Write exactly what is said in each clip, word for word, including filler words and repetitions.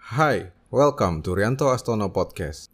Hi, welcome to Rianto Astono Podcast.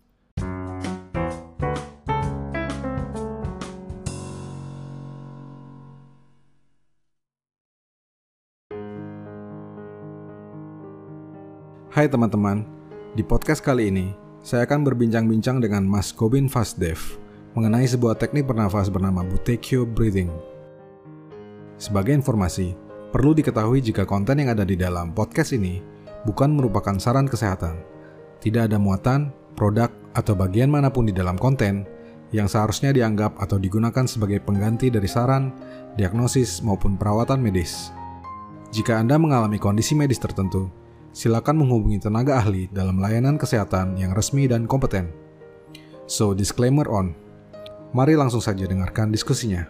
Hai teman-teman, di podcast kali ini saya akan berbincang-bincang dengan Mas Gobin Vasdev mengenai sebuah teknik bernafas bernama Buteyko Breathing. Sebagai informasi, perlu diketahui jika konten yang ada di dalam podcast ini bukan merupakan saran kesehatan. Tidak ada muatan, produk, atau bagian manapun di dalam konten yang seharusnya dianggap atau digunakan sebagai pengganti dari saran, diagnosis, maupun perawatan medis. Jika Anda mengalami kondisi medis tertentu, silakan menghubungi tenaga ahli dalam layanan kesehatan yang resmi dan kompeten. So, disclaimer on. Mari langsung saja dengarkan diskusinya.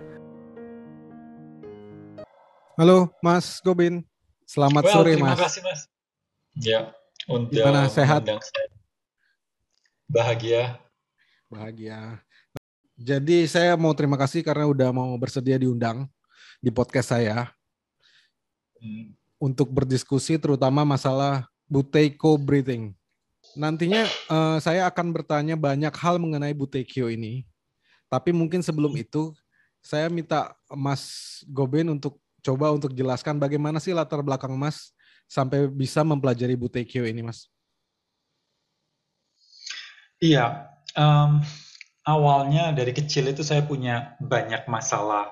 Halo, Mas Gobin. Selamat well, sore, terima Mas. kasih, Mas. Ya, untuk Gimana, sehat? mengundang saya. Bahagia. Bahagia. Jadi saya mau terima kasih karena udah mau bersedia diundang di podcast saya hmm. untuk berdiskusi terutama masalah Buteyko Breathing. Nantinya uh, saya akan bertanya banyak hal mengenai Buteyko ini. Tapi mungkin sebelum itu saya minta Mas Gobin untuk coba untuk jelaskan bagaimana sih latar belakang Mas sampai bisa mempelajari Buteyko ini, Mas. Iya, um, awalnya dari kecil itu saya punya banyak masalah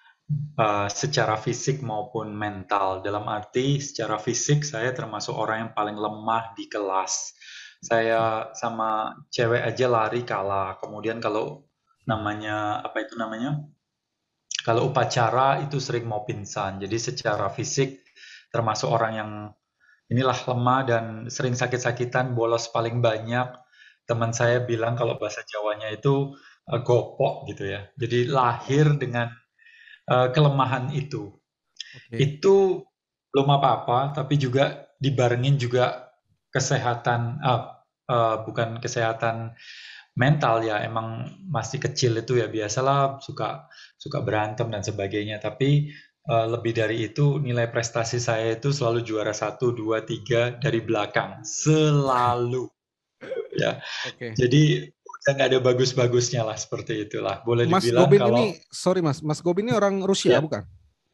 uh, secara fisik maupun mental. Dalam arti secara fisik saya termasuk orang yang paling lemah di kelas. Saya sama cewek aja lari kalah. Kemudian kalau namanya apa itu namanya? Kalau upacara itu sering mau pingsan. Jadi secara fisik termasuk orang yang inilah lemah dan sering sakit-sakitan, bolos paling banyak. Teman saya bilang kalau bahasa Jawanya itu uh, gopok gitu ya. Jadi lahir dengan uh, kelemahan itu. Okay. Itu belum apa-apa, tapi juga dibarengin juga kesehatan, uh, uh, bukan kesehatan mental ya. Emang masih kecil itu ya biasalah suka suka berantem dan sebagainya. Tapi Uh, lebih dari itu nilai prestasi saya itu selalu juara satu, dua, tiga dari belakang selalu ya. Oke. Okay. Jadi udah nggak ada bagus-bagusnya lah seperti itulah. Boleh Mas dibilang Gobin kalau ini, sorry Mas, Mas Gobin ini orang Rusia ya, bukan?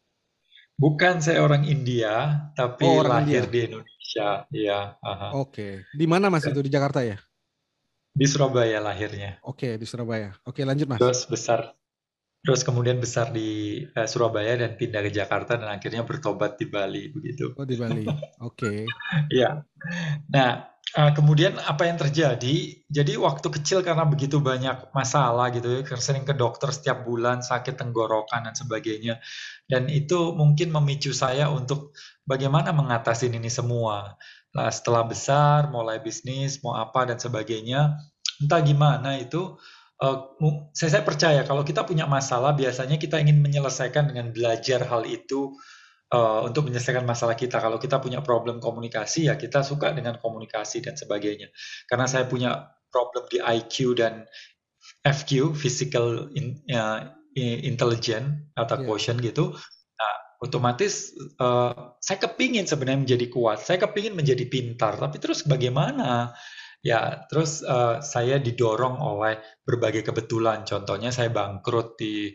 bukan saya orang India Oh, tapi orang lahir India. di Indonesia. Ya, aha. Oke. Di mana Mas itu, di Jakarta ya? Di Surabaya lahirnya. Oke, di Surabaya. Oke, lanjut Mas. Terus besar, terus kemudian besar di eh, Surabaya dan pindah ke Jakarta dan akhirnya bertobat di Bali begitu. Oh, di Bali. Oke. Ya. Nah, uh, kemudian apa yang terjadi? Jadi waktu kecil karena begitu banyak masalah gitu ya, sering ke dokter setiap bulan, sakit tenggorokan dan sebagainya. Dan itu mungkin memicu saya untuk bagaimana mengatasi ini semua. Nah, setelah besar, mulai bisnis, mau apa dan sebagainya, entah gimana itu, uh, saya, saya percaya kalau kita punya masalah, biasanya kita ingin menyelesaikan dengan belajar hal itu uh, untuk menyelesaikan masalah kita. Kalau kita punya problem komunikasi, ya kita suka dengan komunikasi dan sebagainya. Karena saya punya problem di I Q dan F Q, physical in, uh, intelligence atau Yeah. quotient gitu. Nah, otomatis uh, saya kepingin sebenarnya menjadi kuat. Saya kepingin menjadi pintar. Tapi terus bagaimana? Ya, terus uh, saya didorong oleh berbagai kebetulan. Contohnya saya bangkrut di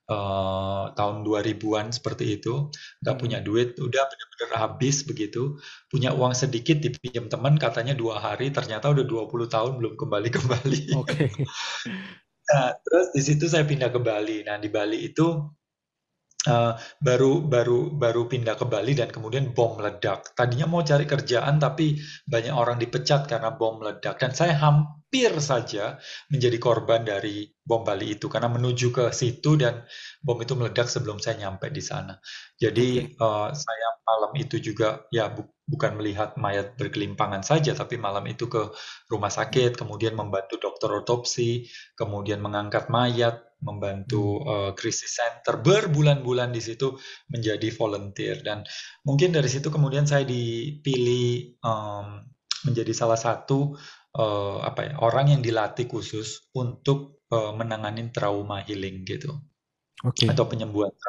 uh, tahun dua ribuan seperti itu. Nggak Hmm. punya duit, udah benar-benar habis begitu. Punya uang sedikit dipinjam teman, katanya dua hari, ternyata udah dua puluh tahun belum kembali-kembali. Oke. Nah, terus di situ saya pindah ke Bali. Nah, di Bali itu Uh, baru baru baru pindah ke Bali dan kemudian bom meledak. Tadinya mau cari kerjaan tapi banyak orang dipecat karena bom meledak dan saya hampir saja menjadi korban dari bom Bali itu karena menuju ke situ dan bom itu meledak sebelum saya nyampe di sana. Jadi Okay. uh, saya malam itu juga ya bu bukan melihat mayat berkelimpangan saja tapi malam itu ke rumah sakit kemudian membantu dokter otopsi, kemudian mengangkat mayat, membantu uh, krisis center berbulan-bulan di situ menjadi volunteer dan mungkin dari situ kemudian saya dipilih um, menjadi salah satu uh, apa ya orang yang dilatih khusus untuk uh, menangani trauma healing gitu okay. atau penyembuhan trauma.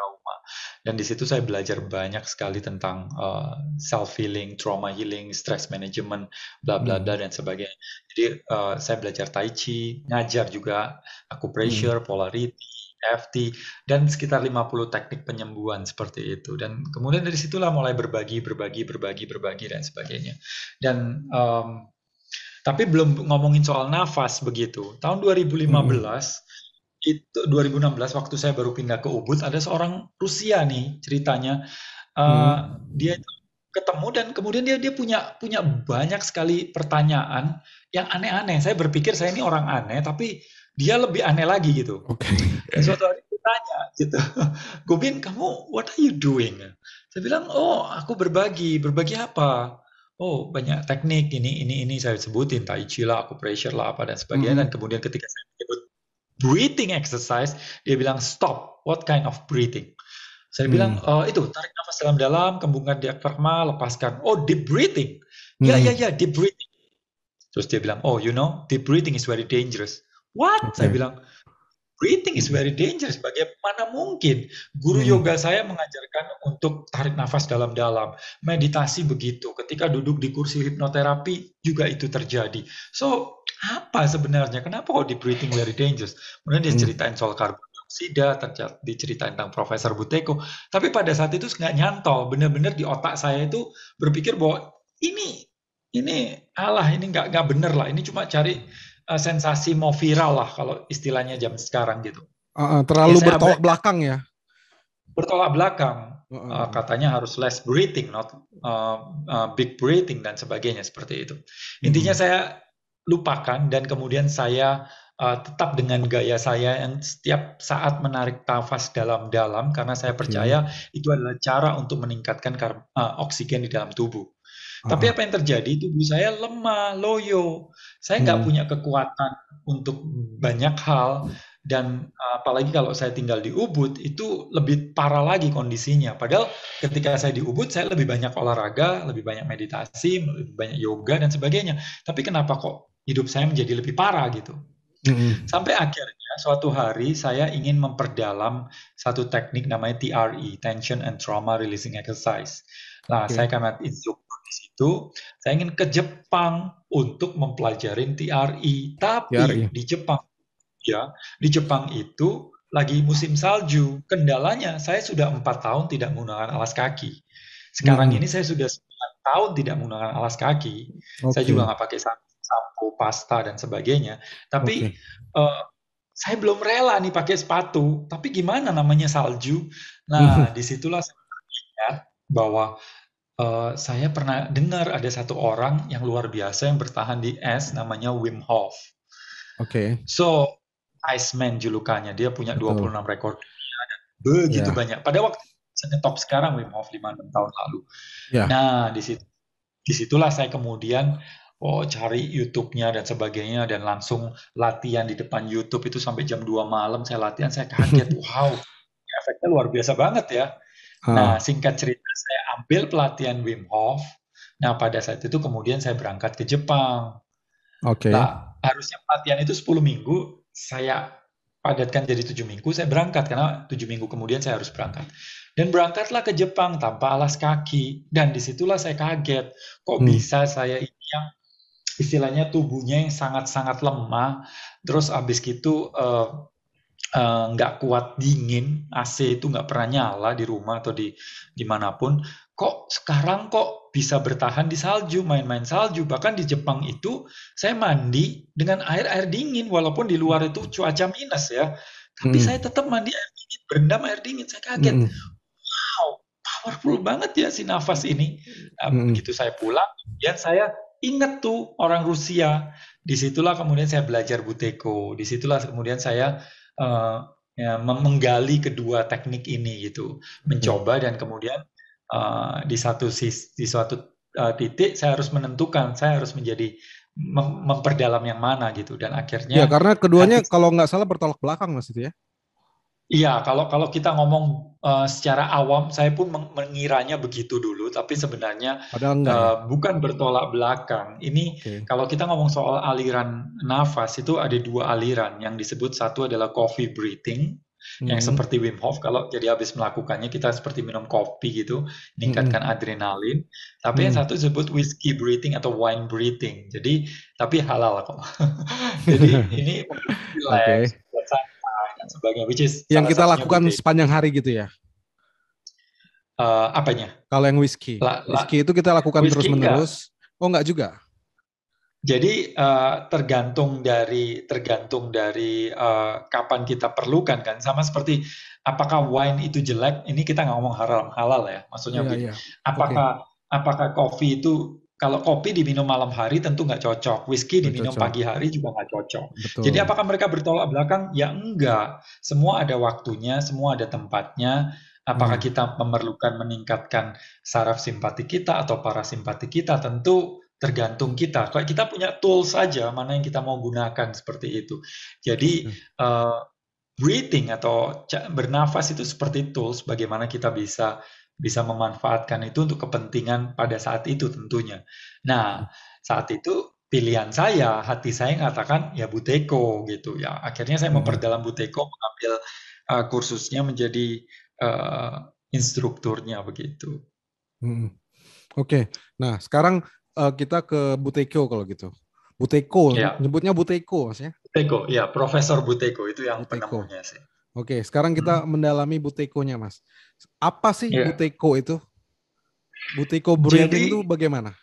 Dan di situ saya belajar banyak sekali tentang uh, self healing, trauma healing, stress management, bla bla bla Hmm. dan sebagainya. Jadi uh, saya belajar tai chi, ngajar juga Hmm. acupressure, polarity, E F T, dan sekitar lima puluh teknik penyembuhan seperti itu. Dan kemudian dari situlah mulai berbagi, berbagi, berbagi, berbagi dan sebagainya. Dan um, tapi belum ngomongin soal nafas begitu. Tahun dua ribu lima Hmm. belas itu dua ribu enam belas waktu saya baru pindah ke Ubud, ada seorang Rusia nih ceritanya. Hmm. Uh, dia itu ketemu dan kemudian dia dia punya punya banyak sekali pertanyaan yang aneh-aneh. Saya berpikir saya ini orang aneh, tapi dia lebih aneh lagi gitu. Oke. Dan suatu hari dia tanya gitu, Gobin, kamu what are you doing? Saya bilang, oh aku berbagi, berbagi apa? Oh banyak teknik ini ini ini saya sebutin, tai chi lah, acupressure lah, apa dan sebagainya. Dan Hmm. kemudian ketika saya menyebut breathing exercise, dia bilang stop. What kind of breathing? Saya bilang, Hmm. oh, itu tarik nafas dalam-dalam, kembungkan diafragma, lepaskan. Oh, deep breathing. Ya, Hmm. ya, ya, deep breathing. Terus dia bilang, oh, you know, deep breathing is very dangerous. What? Saya Oke. bilang, breathing is Hmm. very dangerous. Bagaimana mungkin? Guru Hmm. yoga saya mengajarkan untuk tarik nafas dalam-dalam. Meditasi begitu. Ketika duduk di kursi hipnoterapi juga itu terjadi. So, apa sebenarnya? Kenapa kok deep breathing very dangerous? Kemudian dia Hmm. ceritain soal karbon dioksida, terca- diceritain tentang Profesor Buteyko. Tapi pada saat itu nggak nyantol. Benar-benar di otak saya itu berpikir bahwa ini ini alah ini nggak nggak bener lah. Ini cuma cari uh, sensasi mau viral lah kalau istilahnya jam sekarang gitu. Uh, uh, Ya terlalu saya bertolak abaikan, belakang ya. bertolak belakang. Uh, uh, Uh, uh. katanya harus less breathing, not uh, uh, big breathing dan sebagainya seperti itu. Intinya Hmm. saya lupakan dan kemudian saya uh, tetap dengan gaya saya yang setiap saat menarik nafas dalam-dalam karena saya Oke. percaya itu adalah cara untuk meningkatkan kar- uh, oksigen di dalam tubuh. Uh, Tapi uh. apa yang terjadi? Tubuh saya lemah, loyo. Saya nggak Hmm. punya kekuatan untuk banyak hal. Dan apalagi kalau saya tinggal di Ubud, itu lebih parah lagi kondisinya. Padahal ketika saya di Ubud, saya lebih banyak olahraga, lebih banyak meditasi, lebih banyak yoga, dan sebagainya. Tapi kenapa kok hidup saya menjadi lebih parah gitu? Hmm. Sampai akhirnya suatu hari saya ingin memperdalam satu teknik namanya T R E, Tension and Trauma Releasing Exercise. Nah, Oke. saya karena instruktur di situ, saya ingin ke Jepang untuk mempelajari T R E. T R I. Tapi di Jepang, ya, di Jepang itu lagi musim salju. Kendalanya, saya sudah empat tahun tidak menggunakan alas kaki. Sekarang Hmm. ini saya sudah sembilan tahun tidak menggunakan alas kaki. Saya juga Oke. nggak pakai sampo, pasta, dan sebagainya. Tapi Oke. uh, saya belum rela nih pakai sepatu. Tapi gimana namanya salju? Hmm. Nah, disitulah saya ingat bahwa uh, saya pernah dengar ada satu orang yang luar biasa yang bertahan di es, namanya Wim Hof. Oke. So, Iceman julukannya, dia punya dua puluh Betul. enam rekor dunia dan begitu Ya. banyak. Pada waktu saya top sekarang Wim Hof lima enam tahun lalu. Ya. Nah, di situ disitulah saya kemudian oh cari YouTube-nya dan sebagainya dan langsung latihan di depan YouTube itu sampai jam dua malam saya latihan, saya kaget, wow, efeknya luar biasa banget ya. Nah, Ah. singkat cerita saya ambil pelatihan Wim Hof. Nah, pada saat itu kemudian saya berangkat ke Jepang. Oke. Nah, harusnya pelatihan itu sepuluh minggu, saya padatkan jadi tujuh minggu, saya berangkat, karena tujuh minggu kemudian saya harus berangkat. Dan berangkatlah ke Jepang tanpa alas kaki, dan disitulah saya kaget, kok Hmm. bisa saya ini yang istilahnya tubuhnya yang sangat-sangat lemah, terus abis gitu eh, eh, nggak kuat dingin, A C itu nggak pernah nyala di rumah atau di dimanapun, kok sekarang kok bisa bertahan di salju, main-main salju. Bahkan di Jepang itu saya mandi dengan air-air dingin, walaupun di luar itu cuaca minus ya, tapi Hmm. saya tetap mandi air dingin, berendam air dingin. Saya kaget, Hmm. wow, powerful banget ya si nafas ini. Nah, Hmm. begitu saya pulang, kemudian saya ingat tuh orang Rusia. Disitulah kemudian saya belajar Buteyko. Disitulah kemudian saya uh, ya, menggali kedua teknik ini gitu, mencoba dan kemudian uh, di satu sis, di suatu uh, titik saya harus menentukan, saya harus menjadi mem memperdalam yang mana gitu, dan Ya, akhirnya karena keduanya hati. kalau nggak salah bertolak belakang Mas itu ya. Iya, kalau kalau kita ngomong uh, secara awam, saya pun meng mengiranya begitu dulu, tapi sebenarnya Padahal enggak ya. uh, bukan bertolak belakang. Ini Oke. kalau kita ngomong soal aliran nafas itu ada dua aliran yang disebut, satu adalah coffee breathing, Yang Mm-mm. seperti Wim Hof, kalau jadi habis melakukannya kita seperti minum kopi gitu, Mm-mm. meningkatkan adrenalin. Tapi yang Mm. satu disebut whiskey breathing atau wine breathing. Jadi tapi halal kok. Jadi ini relax, Oke. buat santai dan sebagainya, which is Yang salah kita satunya lakukan buteco. sepanjang hari gitu ya. Eh, apanya? Kalau yang whisky, La, la, whisky itu kita lakukan whisky enggak. terus-menerus. Oh, enggak juga. Jadi eh, tergantung dari tergantung dari eh, kapan kita perlukan kan. Sama seperti apakah wine itu jelek? Ini kita nggak ngomong halal halal ya. Maksudnya Iya, begini. iya. Oke, Apakah apakah kopi itu kalau kopi diminum malam hari tentu nggak cocok. Whisky nggak diminum cocok. pagi hari juga nggak cocok. Jadi Betul. apakah mereka bertolak belakang? Ya enggak. Semua ada waktunya, semua ada tempatnya. Apakah Hmm. kita memerlukan meningkatkan saraf simpati kita atau parasimpati kita? Tentu tergantung kita. Kalau kita punya tools saja, mana yang kita mau gunakan seperti itu. Jadi Oke. uh, breathing atau bernafas itu seperti tools. Bagaimana kita bisa bisa memanfaatkan itu untuk kepentingan pada saat itu tentunya. Nah, saat itu pilihan saya, hati saya mengatakan ya Buteyko gitu ya. Akhirnya saya Mm-mm. memperdalam Buteyko, mengambil uh, kursusnya menjadi uh, instrukturnya begitu. Mm-mm. Oke. Nah, sekarang eh, kita ke Buteyko kalau gitu. Buteyko, Ya, nyebutnya Buteyko Mas ya. Buteyko, ya Profesor Buteyko itu yang Buteyko. penemunya sih. Oke, sekarang kita Hmm. mendalami Buteykonya Mas. Apa sih Ya, Buteyko itu? Buteyko breathing itu jadi bagaimana?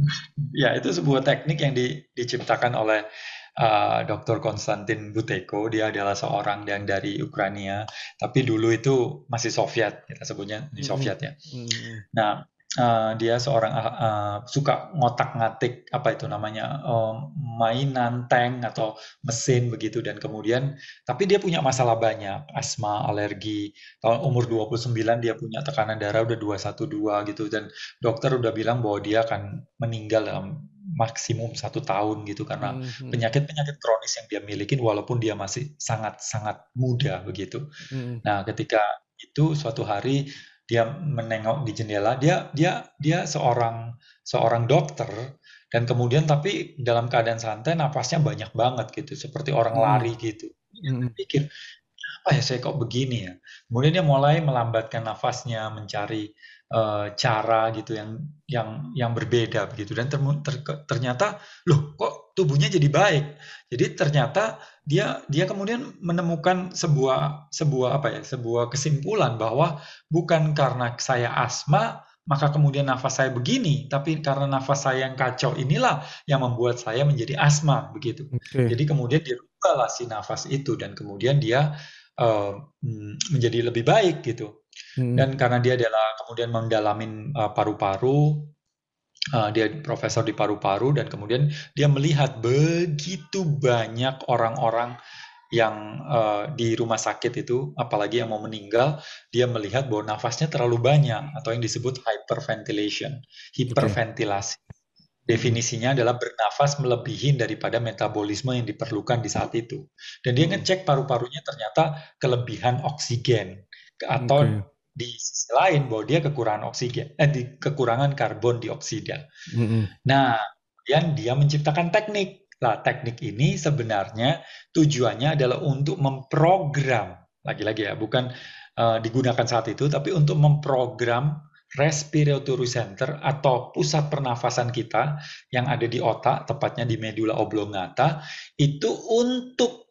ya itu sebuah teknik yang di- diciptakan oleh uh, doktor Konstantin Buteyko. Dia adalah seorang yang dari Ukraina, tapi dulu itu masih Soviet, kita sebutnya di Mm-mm. Soviet ya. Mm-mm. Nah, uh, dia seorang uh, uh, suka ngotak-ngatik apa itu namanya um, mainan tank atau mesin begitu dan kemudian tapi dia punya masalah banyak, asma, alergi. Tahun umur Oke. dua puluh sembilan dia punya tekanan darah udah dua satu dua gitu dan dokter udah bilang bahwa dia akan meninggal dalam maksimum satu tahun gitu karena Mm-mm. penyakit-penyakit kronis yang dia miliki walaupun dia masih sangat-sangat muda begitu. Mm-mm. Nah, ketika itu suatu hari dia menengok di jendela, dia dia dia seorang seorang dokter dan kemudian tapi dalam keadaan santai napasnya banyak banget gitu, seperti orang Mm-mm. lari gitu. Dia Mm-mm. pikir, apa ya saya kok begini ya? Kemudian dia mulai melambatkan nafasnya, mencari eh, cara gitu yang yang yang berbeda begitu dan termu- ter- ternyata loh kok tubuhnya jadi baik. Jadi ternyata dia dia kemudian menemukan sebuah sebuah apa ya? Sebuah kesimpulan bahwa bukan karena saya asma maka kemudian nafas saya begini, tapi karena nafas saya yang kacau inilah yang membuat saya menjadi asma begitu. Oke. Jadi kemudian dirubahlah si nafas itu dan kemudian dia uh, menjadi lebih baik gitu. Mm-mm. Dan karena dia adalah kemudian mendalamin uh, paru-paru, uh, dia profesor di paru-paru dan kemudian dia melihat begitu banyak orang-orang yang uh, di rumah sakit itu, apalagi yang mau meninggal, dia melihat bahwa nafasnya terlalu banyak atau yang disebut hyperventilation, Oke. hiperventilasi. Mm-mm. Definisinya adalah bernafas melebihi daripada metabolisme yang diperlukan di saat itu. Dan dia Mm-mm. ngecek paru-parunya ternyata kelebihan oksigen Oke. atau di sisi lain bahwa dia kekurangan oksigen, eh, di kekurangan karbon dioksida. Mm-mm. Nah, kemudian dia menciptakan teknik. Nah, teknik ini sebenarnya tujuannya adalah untuk memprogram, lagi-lagi ya, bukan uh, digunakan saat itu, tapi untuk memprogram respiratory center atau pusat pernafasan kita yang ada di otak, tepatnya di medula oblongata, itu untuk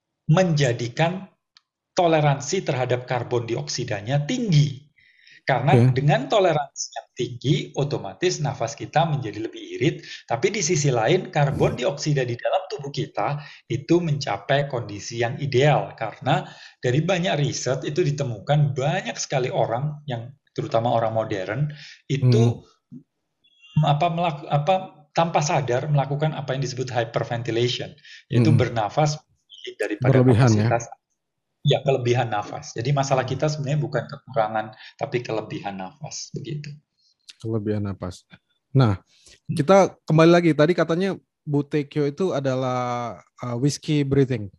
menjadikan toleransi terhadap karbon dioksidanya tinggi. Karena Oke. dengan toleransi yang tinggi, otomatis nafas kita menjadi lebih irit. Tapi di sisi lain, karbon dioksida di dalam tubuh kita itu mencapai kondisi yang ideal. Karena dari banyak riset itu ditemukan banyak sekali orang yang terutama orang modern Mm. itu apa, melaku, apa tanpa sadar melakukan apa yang disebut hyperventilation, yaitu Mm. bernafas daripada Berlebihan ya. kapasitas. Ya, kelebihan nafas. Jadi masalah Mm. kita sebenarnya bukan kekurangan, tapi kelebihan nafas, begitu. Kelebihan napas. Nah, kita kembali lagi. Tadi katanya Buteyko itu adalah uh, whiskey breathing.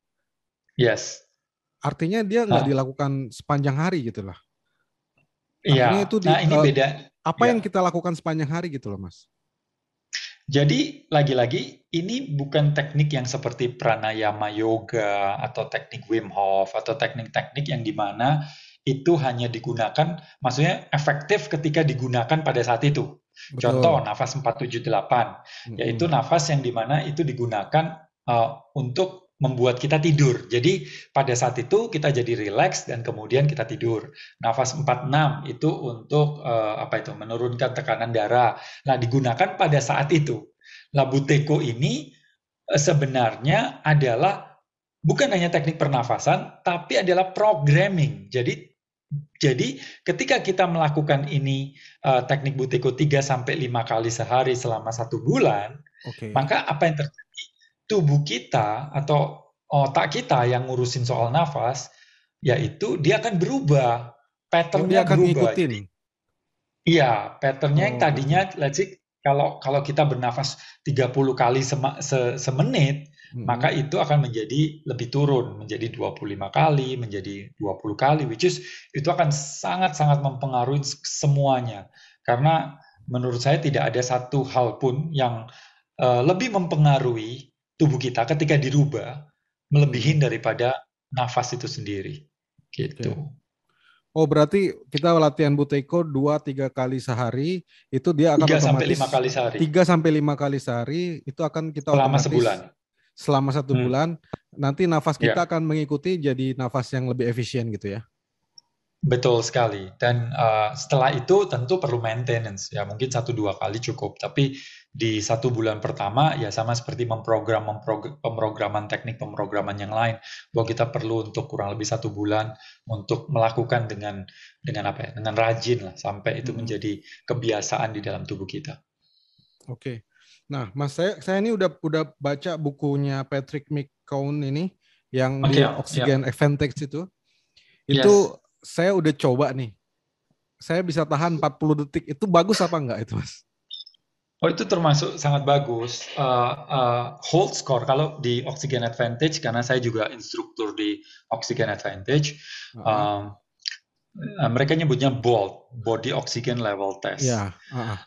Yes. Artinya dia nggak Nah, dilakukan sepanjang hari gitu lah. iya. Artinya itu di Nah, ini uh, beda. apa Ya. yang kita lakukan sepanjang hari gitu loh, Mas. Jadi lagi-lagi ini bukan teknik yang seperti pranayama yoga atau teknik Wim Hof atau teknik-teknik yang dimana itu hanya digunakan, maksudnya efektif ketika digunakan pada saat itu. Contoh Betul. nafas empat tujuh delapan, yaitu Mm-mm. nafas yang dimana itu digunakan uh, untuk membuat kita tidur. Jadi pada saat itu kita jadi rileks dan kemudian kita tidur. Nafas empat enam itu untuk uh, apa itu menurunkan tekanan darah. Nah, digunakan pada saat itu. Nah, Buteyko ini eh, sebenarnya adalah bukan hanya teknik pernafasan, tapi adalah programming. Jadi jadi ketika kita melakukan ini uh, teknik Buteyko tiga sampai lima kali sehari selama satu bulan, Oke. maka apa yang terjadi? Tubuh kita atau otak kita yang ngurusin soal nafas, yaitu dia akan berubah, Oh, dia patternnya akan berubah. ngikutin. Jadi iya, patternnya yang Oh, tadinya, gitu. let's say, kalau kalau kita bernafas tiga puluh kali sema, se, semenit, maka Mm-mm. itu akan menjadi lebih turun, menjadi dua puluh lima kali, menjadi dua puluh kali, which is itu akan sangat-sangat mempengaruhi semuanya. Karena menurut saya tidak ada satu hal pun yang uh, lebih mempengaruhi tubuh kita ketika dirubah, Mm-mm. melebihin daripada nafas itu sendiri. Gitu. Oke. Oh, berarti kita latihan Buteyko dua tiga kali sehari, itu dia akan Tiga sampai lima otomatis kali sehari, tiga sampai lima kali sehari, itu akan kita selama otomatis sebulan. selama satu Hmm, bulan, nanti nafas kita ya. akan mengikuti jadi nafas yang lebih efisien gitu ya. Betul sekali. Dan uh, setelah itu tentu perlu maintenance. Ya mungkin satu dua kali cukup. Tapi di satu bulan pertama ya sama seperti memprogram memprog- pemrograman teknik pemrograman yang lain. Bahwa kita perlu untuk kurang lebih satu bulan untuk melakukan dengan dengan apa ya? Dengan rajin lah sampai itu Mm-mm. menjadi kebiasaan di dalam tubuh kita. Oke. Nah, Mas, saya saya ini udah udah baca bukunya Patrick McKeown ini yang Oke, di ya, Oxygen ya. Advantage itu. Yes. Itu saya udah coba nih. Saya bisa tahan empat puluh detik. Itu bagus apa enggak itu, Mas? Oh, itu termasuk sangat bagus. Uh, uh, hold score kalau di Oxygen Advantage, karena saya juga instruktur di Oxygen Advantage, Heeh. um, uh, mereka nyebutnya BOLT, Body Oxygen Level Test. Ya, heeh.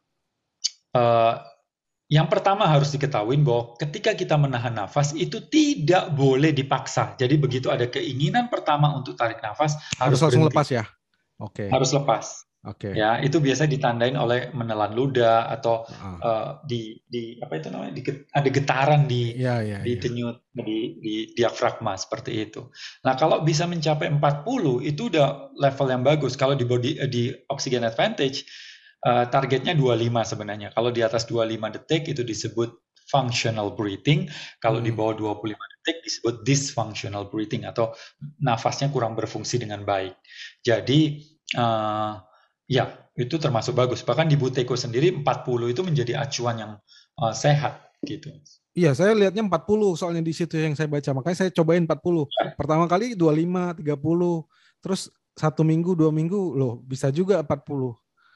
Uh, yang pertama harus diketahui bahwa ketika kita menahan nafas itu tidak boleh dipaksa. Jadi begitu ada keinginan pertama untuk tarik nafas, Harus harus langsung berhenti, lepas ya. Oke. harus lepas. Oke. Ya, itu biasa ditandain oleh menelan ludah atau Heeh. uh, di di apa itu namanya? Di, ada getaran di Iya, iya, di iya. denyut di, di diafragma seperti itu. Nah, kalau bisa mencapai empat puluh itu udah level yang bagus. Kalau di body di Oxygen Advantage uh, targetnya dua puluh lima sebenarnya. Kalau di atas dua puluh lima detik itu disebut functional breathing. Kalau di Hmm. bawah dua puluh lima detik disebut dysfunctional breathing atau nafasnya kurang berfungsi dengan baik. Jadi uh, ya, itu termasuk bagus. Bahkan di Buteyko sendiri empat puluh itu menjadi acuan yang uh, sehat gitu. Iya, saya lihatnya empat puluh soalnya di situ yang saya baca. Makanya saya cobain empat puluh. Pertama kali dua puluh lima, tiga puluh. Terus satu minggu, dua minggu, loh bisa juga empat puluh.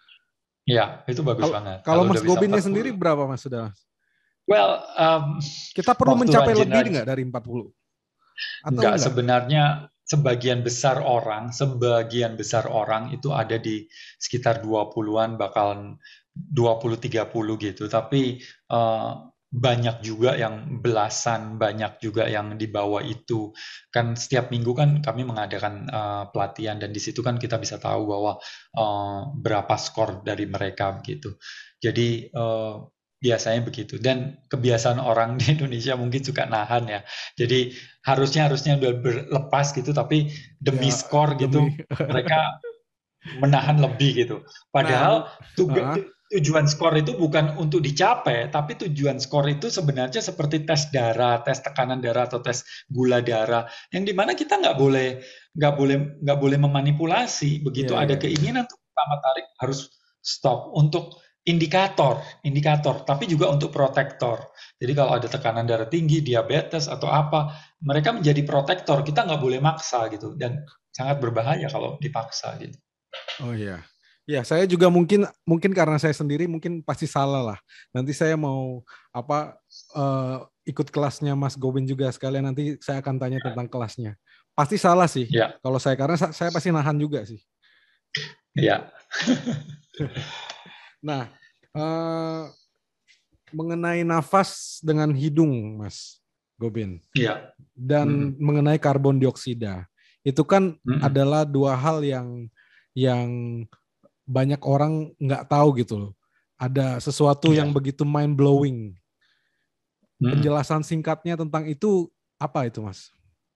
Ya, itu bagus Kalau banget. kalau Kalau Mas udah bisa Gobinnya empat sendiri puluh. berapa Mas sudah? Well, um, Kita perlu waktu mencapai lebih rajin-rajin nggak dari empat puluh? Atau enggak, enggak? sebenarnya sebagian besar orang, sebagian besar orang itu ada di sekitar dua puluhan, bakalan dua puluh tiga puluh gitu. Tapi uh, banyak juga yang belasan, banyak juga yang di bawah itu. Kan setiap minggu kan kami mengadakan uh, pelatihan dan di situ kan kita bisa tahu bahwa uh, berapa skor dari mereka gitu. Jadi uh, biasanya begitu. Dan kebiasaan orang di Indonesia mungkin suka nahan ya. Jadi harusnya harusnya udah berlepas gitu, tapi demi Ya skor demi. gitu mereka menahan lebih gitu. Nah, Padahal tuga, uh, tujuan skor itu bukan untuk dicapai, tapi tujuan skor itu sebenarnya seperti tes darah, tes tekanan darah atau tes gula darah, yang dimana kita nggak boleh nggak boleh nggak boleh memanipulasi. Begitu ya, ada ya, ya. keinginan untuk pertama tarik harus stop untuk indikator, indikator, tapi juga untuk protektor. Jadi kalau ada tekanan darah tinggi, diabetes atau apa, mereka menjadi protektor. Kita nggak boleh maksa gitu dan sangat berbahaya kalau dipaksa gitu. Oh iya. Ya, saya juga mungkin mungkin karena saya sendiri mungkin pasti salah lah. Nanti saya mau apa eh, ikut kelasnya Mas Gobin juga sekalian nanti saya akan tanya tentang kelasnya. Pasti salah sih. Ya, Kalau saya karena sa- saya pasti nahan juga sih. ya. Nah, eh, mengenai nafas dengan hidung, Mas Gobin, Iya. dan Mm-mm. mengenai karbon dioksida. Itu kan Mm-mm. adalah dua hal yang yang banyak orang nggak tahu gitu loh. Ada sesuatu Iya. yang begitu mind blowing. Mm-mm. Penjelasan singkatnya tentang itu apa itu, Mas?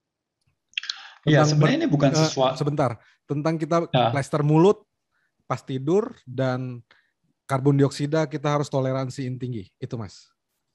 Iya, Tentang ber, sebenarnya ini bukan eh, sesuatu. sebentar, tentang kita Ya, plester mulut pas tidur dan karbon dioksida kita harus toleransiin tinggi. Itu, Mas.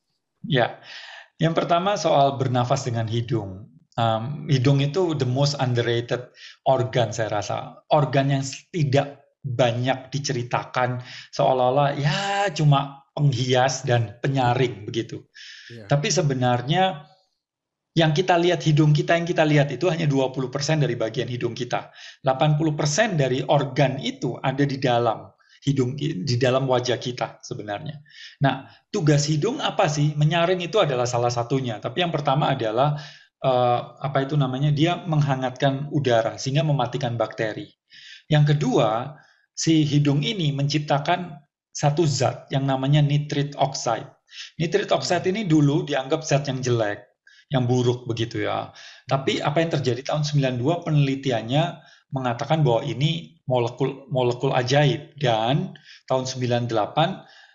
ya. Yang pertama soal bernafas dengan hidung. Um, hidung itu the most underrated organ saya rasa. Organ yang tidak banyak diceritakan seolah-olah ya cuma penghias dan penyaring begitu. Iya. Tapi sebenarnya yang kita lihat hidung kita yang kita lihat itu hanya dua puluh persen dari bagian hidung kita. delapan puluh persen dari organ itu ada di dalam hidung di dalam wajah kita sebenarnya. Nah, tugas hidung apa sih? Menyaring itu adalah salah satunya. Tapi yang pertama adalah uh, apa itu namanya? Dia menghangatkan udara sehingga mematikan bakteri. Yang kedua, si hidung ini menciptakan satu zat yang namanya nitric oxide. Nitric oxide Hmm. ini dulu dianggap zat yang jelek, yang buruk begitu ya. Tapi apa yang terjadi tahun sembilan puluh dua penelitiannya mengatakan bahwa ini molekul molekul ajaib dan tahun sembilan puluh delapan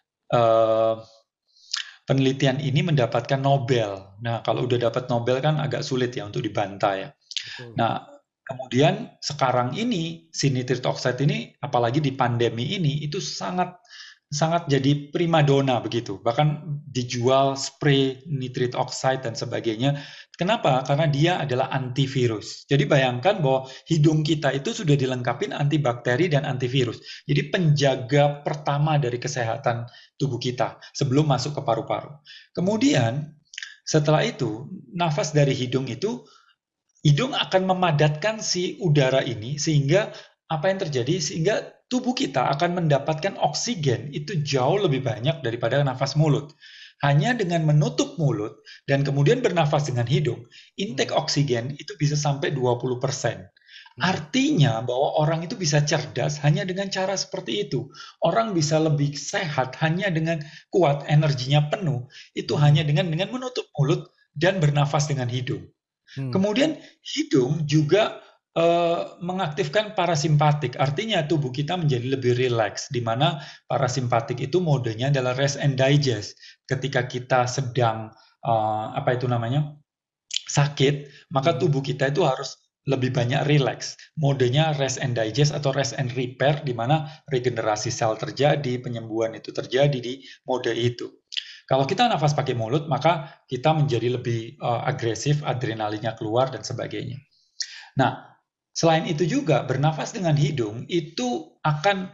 eh, penelitian ini mendapatkan Nobel. Nah, kalau udah dapat Nobel kan agak sulit ya untuk dibantah ya. Betul. Nah, kemudian sekarang ini si nitric oxide ini apalagi di pandemi ini itu sangat sangat jadi primadona begitu. Bahkan dijual spray nitric oxide dan sebagainya. Kenapa? Karena dia adalah antivirus. Jadi bayangkan bahwa hidung kita itu sudah dilengkapi antibakteri dan antivirus. Jadi penjaga pertama dari kesehatan tubuh kita sebelum masuk ke paru-paru. Kemudian setelah itu, nafas dari hidung itu hidung akan memadatkan si udara ini sehingga apa yang terjadi sehingga tubuh kita akan mendapatkan oksigen itu jauh lebih banyak daripada nafas mulut. Hanya dengan menutup mulut dan kemudian bernafas dengan hidung, intake Hmm. oksigen itu bisa sampai dua puluh persen. Hmm. Artinya bahwa orang itu bisa cerdas hanya dengan cara seperti itu. Orang bisa lebih sehat hanya dengan kuat, energinya penuh. Itu Hmm. hanya dengan dengan menutup mulut dan bernafas dengan hidung. Hmm. Kemudian hidung juga uh, mengaktifkan parasimpatik, artinya tubuh kita menjadi lebih rileks, di mana parasimpatik itu modenya adalah rest and digest. Ketika kita sedang uh, apa itu namanya sakit, maka Hmm. tubuh kita itu harus lebih banyak rileks. Modenya rest and digest atau rest and repair, di mana regenerasi sel terjadi, penyembuhan itu terjadi di mode itu. Kalau kita nafas pakai mulut, maka kita menjadi lebih uh, agresif, adrenalinnya keluar dan sebagainya. Nah, selain itu juga bernafas dengan hidung itu akan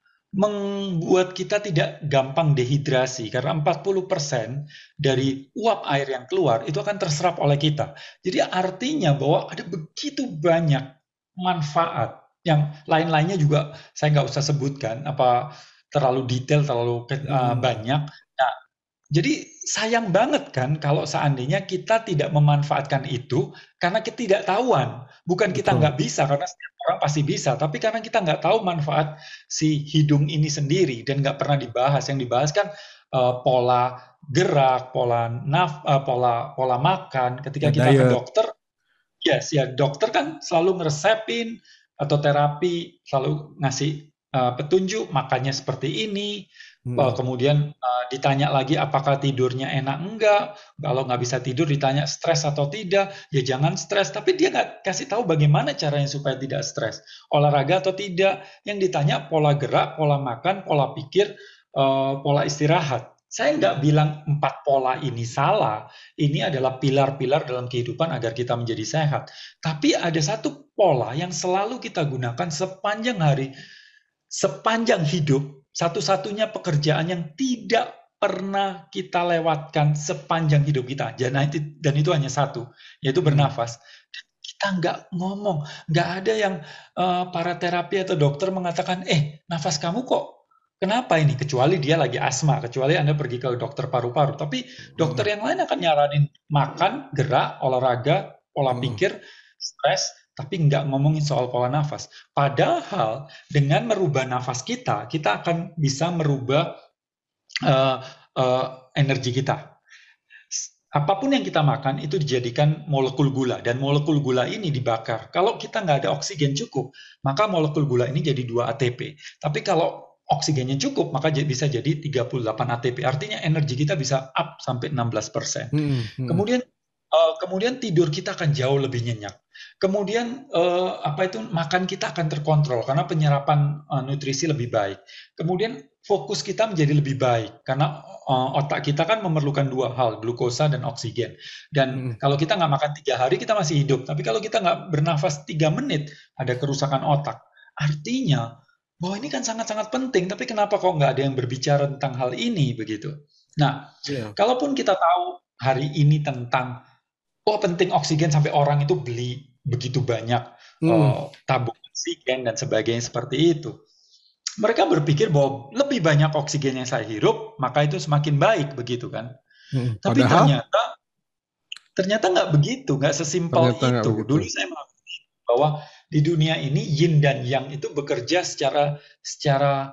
membuat kita tidak gampang dehidrasi karena empat puluh persen dari uap air yang keluar itu akan terserap oleh kita. Jadi artinya bahwa ada begitu banyak manfaat yang lain-lainnya juga saya nggak usah sebutkan apa terlalu detail, terlalu uh, Hmm. banyak. Nah, jadi sayang banget kan kalau seandainya kita tidak memanfaatkan itu karena ketidaktahuan. Bukan kita Betul. nggak bisa, karena setiap orang pasti bisa. Tapi karena kita nggak tahu manfaat si hidung ini sendiri dan nggak pernah dibahas. Yang dibahas kan uh, pola gerak, pola naf, uh, pola pola makan. Ketika Ya kita ke diet. dokter, yes ya dokter kan selalu ngeresepin atau terapi, selalu ngasih uh, petunjuk makannya seperti ini. Uh, Hmm. kemudian uh, ditanya lagi apakah tidurnya enak enggak. Kalau nggak bisa tidur ditanya stres atau tidak. Ya jangan stres. Tapi dia nggak kasih tahu bagaimana caranya supaya tidak stres. Olahraga atau tidak. Yang ditanya pola gerak, pola makan, pola pikir, uh, pola istirahat. Saya nggak bilang empat pola ini salah. Ini adalah pilar-pilar dalam kehidupan agar kita menjadi sehat. Tapi ada satu pola yang selalu kita gunakan sepanjang hari, sepanjang hidup, satu-satunya pekerjaan yang tidak pernah kita lewatkan sepanjang hidup kita. Dan itu hanya satu, yaitu Hmm. bernafas. Kita nggak ngomong, nggak ada yang uh, para terapi atau dokter mengatakan, eh nafas kamu kok kenapa ini? Kecuali dia lagi asma, kecuali Anda pergi ke dokter paru-paru. Tapi dokter Hmm. yang lain akan nyaranin makan, gerak, olahraga, pola Hmm. pikir, stres, tapi nggak ngomongin soal pola nafas. Padahal dengan merubah nafas kita, kita akan bisa merubah uh, uh, energi kita. Apapun yang kita makan itu dijadikan molekul gula, dan molekul gula ini dibakar. Kalau kita nggak ada oksigen cukup, maka molekul gula ini jadi dua A T P. Tapi kalau oksigennya cukup, maka bisa jadi tiga puluh delapan A T P. Artinya energi kita bisa up sampai enam belas persen. Hmm, hmm. Kemudian uh, kemudian tidur kita akan jauh lebih nyenyak. Kemudian uh, apa itu makan kita akan terkontrol karena penyerapan uh, nutrisi lebih baik. Kemudian fokus kita menjadi lebih baik karena uh, otak kita kan memerlukan dua hal, glukosa dan oksigen. Dan Hmm. kalau kita nggak makan tiga hari kita masih hidup. Tapi kalau kita nggak bernafas tiga menit ada kerusakan otak. Artinya bahwa ini kan sangat-sangat penting. Tapi kenapa kok nggak ada yang berbicara tentang hal ini begitu? Nah, Yeah. kalaupun kita tahu hari ini tentang oh penting oksigen sampai orang itu beli begitu banyak Hmm. uh, tabung oksigen dan sebagainya seperti itu. Mereka berpikir bahwa lebih banyak oksigen yang saya hirup, maka itu semakin baik begitu kan. Hmm. Tapi Padahal ternyata ternyata nggak begitu, nggak sesimpel ternyata nggak itu. begitu. Dulu saya mengerti bahwa di dunia ini yin dan yang itu bekerja secara secara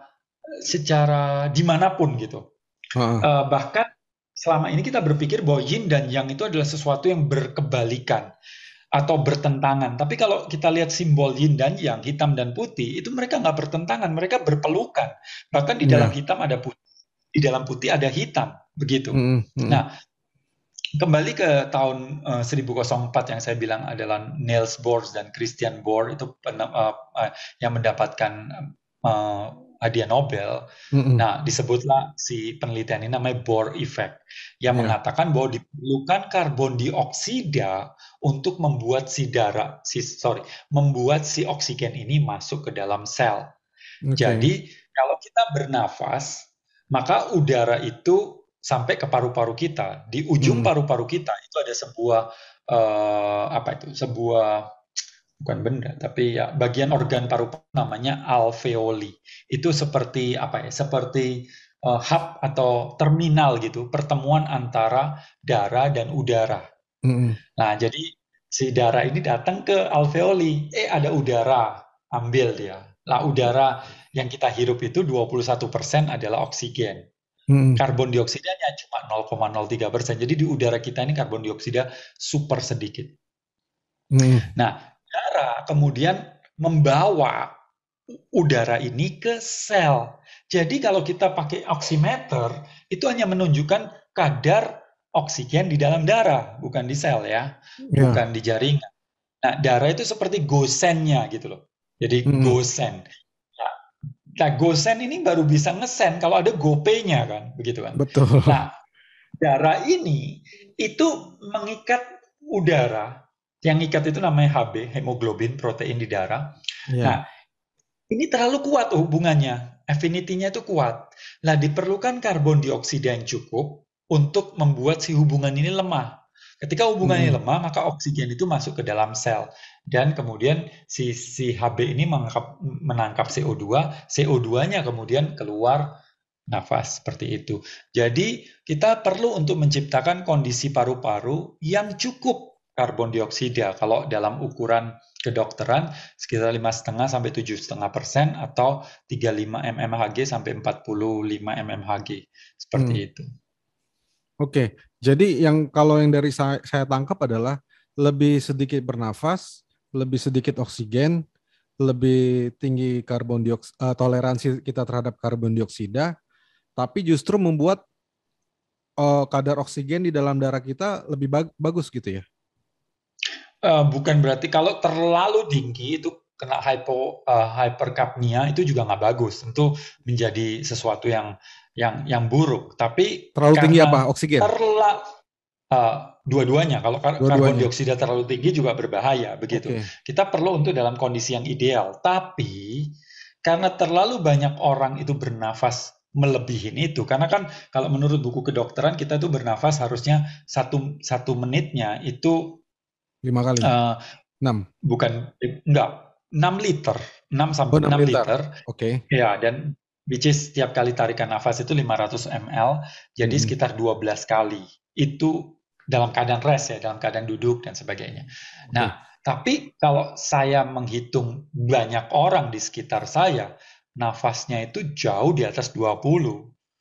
secara dimanapun gitu. Uh-uh. Uh, bahkan selama ini kita berpikir bahwa yin dan yang itu adalah sesuatu yang berkebalikan atau bertentangan. Tapi kalau kita lihat simbol yin dan yang, hitam dan putih, itu mereka nggak bertentangan, mereka berpelukan. Bahkan di dalam Yeah. hitam ada putih, di dalam putih ada hitam, begitu. Hmm. Hmm. Nah, kembali ke tahun uh, seribu empat yang saya bilang adalah Niels Bohr dan Christian Bohr itu pen, uh, uh, yang mendapatkan uh, hadiah Nobel. Hmm. Nah, disebutlah si penelitian ini namanya Bohr effect yang Yeah. mengatakan bahwa diperlukan karbon dioksida untuk membuat si darah, si sorry, membuat si oksigen ini masuk ke dalam sel. Okay. Jadi kalau kita bernafas, maka udara itu sampai ke paru-paru kita. Di ujung Hmm. paru-paru kita itu ada sebuah uh, apa itu? Sebuah bukan benda, tapi ya bagian organ paru-paru namanya alveoli. Itu seperti apa ya? Seperti uh, hub atau terminal gitu, pertemuan antara darah dan udara. Hmm. Nah, jadi si darah ini datang ke alveoli, eh ada udara, ambil dia. Lah udara yang kita hirup itu dua puluh satu persen adalah oksigen. Hmm. Karbon dioksidanya cuma nol koma nol tiga persen. Jadi di udara kita ini karbon dioksida super sedikit. Hmm. Nah, darah kemudian membawa udara ini ke sel. Jadi kalau kita pakai oximeter, itu hanya menunjukkan kadar oksigen di dalam darah, bukan di sel ya, Yeah. bukan di jaringan. Nah, darah itu seperti gosennya gitu loh. Jadi Hmm. gosen. Nah, nah, gosen ini baru bisa ngesen kalau ada gopay-nya kan, begitu kan. Betul. Nah, darah ini itu mengikat udara. Yang ikat itu namanya H B, hemoglobin, protein di darah. Yeah. Nah, ini terlalu kuat hubungannya, affinity-nya itu kuat. Nah, diperlukan karbon dioksida yang cukup untuk membuat si hubungan ini lemah. Ketika hubungan ini Hmm. lemah, maka oksigen itu masuk ke dalam sel. Dan kemudian si, si H B ini menangkap, menangkap C O dua, C O dua-nya kemudian keluar nafas, seperti itu. Jadi, kita perlu untuk menciptakan kondisi paru-paru yang cukup karbon dioksida. Kalau dalam ukuran kedokteran sekitar lima koma lima sampai tujuh koma lima persen atau tiga puluh lima mmHg sampai empat puluh lima mmHg. Seperti Hmm. itu. Oke, jadi yang kalau yang dari saya, saya tangkap adalah lebih sedikit bernafas, lebih sedikit oksigen, lebih tinggi karbon dioksida, uh, toleransi kita terhadap karbon dioksida, tapi justru membuat uh, kadar oksigen di dalam darah kita lebih bag- bagus gitu ya? Uh, bukan berarti kalau terlalu tinggi itu kena hypo uh, hypercapnia itu juga nggak bagus. Tentu menjadi sesuatu yang yang yang buruk. Tapi terlalu tinggi karena apa? Oksigen? Terla, uh, dua-duanya. Kalau kar- Dua-duanya. karbon dioksida terlalu tinggi juga berbahaya. Begitu. Okay. Kita perlu untuk dalam kondisi yang ideal. Tapi karena terlalu banyak orang itu bernafas melebihin itu, karena kan kalau menurut buku kedokteran kita tuh bernafas harusnya satu satu menitnya itu lima kali, uh, enam, bukan enggak enam liter, enam sampai oh, enam enam liter, liter. Oke. Okay. Ya, dan which is setiap kali tarikan nafas itu lima ratus mililiter, jadi Hmm. sekitar dua belas kali. Itu dalam keadaan rest ya, dalam keadaan duduk dan sebagainya. Okay. Nah, tapi kalau saya menghitung banyak orang di sekitar saya, nafasnya itu jauh di atas dua puluh.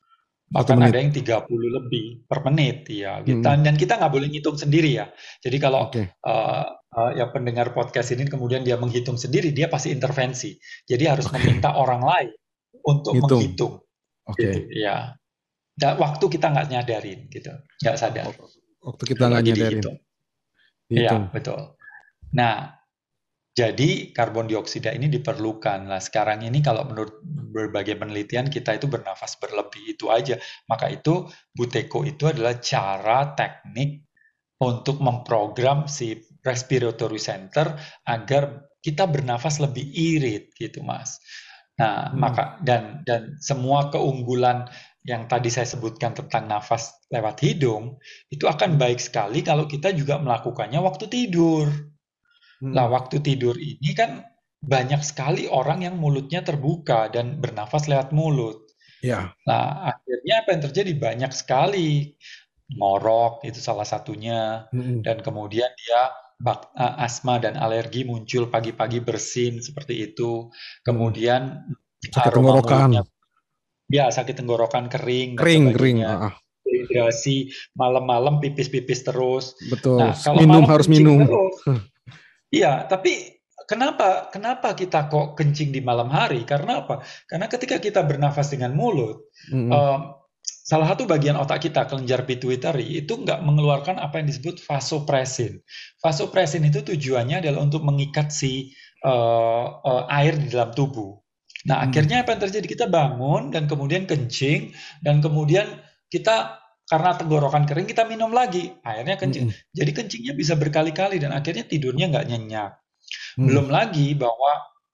Satu Bahkan menit. ada yang tiga puluh lebih per menit ya. Kita Mm-mm. dan kita nggak boleh ngitung sendiri ya. Jadi kalau Oke. uh, uh, ya pendengar podcast ini kemudian dia menghitung sendiri, dia pasti intervensi. Jadi harus Oke. meminta orang lain untuk Hitung. menghitung gitu Oke. ya. Dan waktu kita nggak nyadarin gitu, nggak sadar. O- Waktu kita Belum nggak lagi nyadarin. dihitung. Iya, Dihitung. betul. Nah, jadi karbon dioksida ini diperlukan. Nah, sekarang ini kalau menurut berbagai penelitian kita itu bernafas berlebih itu aja. Maka itu Buteyko itu adalah cara teknik untuk memprogram si respiratory center agar kita bernafas lebih irit gitu, Mas. Nah, Mm. maka dan dan semua keunggulan yang tadi saya sebutkan tentang nafas lewat hidung itu akan Mm. baik sekali kalau kita juga melakukannya waktu tidur. Lah, Mm. waktu tidur ini kan banyak sekali orang yang mulutnya terbuka dan bernafas lewat mulut. Ya. Nah, akhirnya apa yang terjadi? Banyak sekali ngorok, itu salah satunya. Mm-mm. Dan kemudian dia bak- a- asma dan alergi muncul pagi-pagi bersin seperti itu. Mm-mm. Kemudian Sakit aroma tenggorokan. mulutnya, ya sakit tenggorokan, kering, dan Kering, kering. sebagainya. Ah, ah. Dehidrasi, malam-malam pipis-pipis terus. Betul. Nah, kalau Minum malam harus kencing minum. terus, iya, tapi kenapa kenapa kita kok kencing di malam hari? Karena apa? Karena ketika kita bernafas dengan mulut, Mm-mm. em, salah satu bagian otak kita, kelenjar pituitary, itu nggak mengeluarkan apa yang disebut vasopressin. Vasopressin itu tujuannya adalah untuk mengikat si eh, eh, air di dalam tubuh. Nah, Mm. akhirnya apa yang terjadi? Kita bangun dan kemudian kencing, dan kemudian kita karena tenggorokan kering kita minum lagi, akhirnya kencing. Mm-mm. Jadi kencingnya bisa berkali-kali dan akhirnya tidurnya nggak nyenyak. Mm. Belum lagi bahwa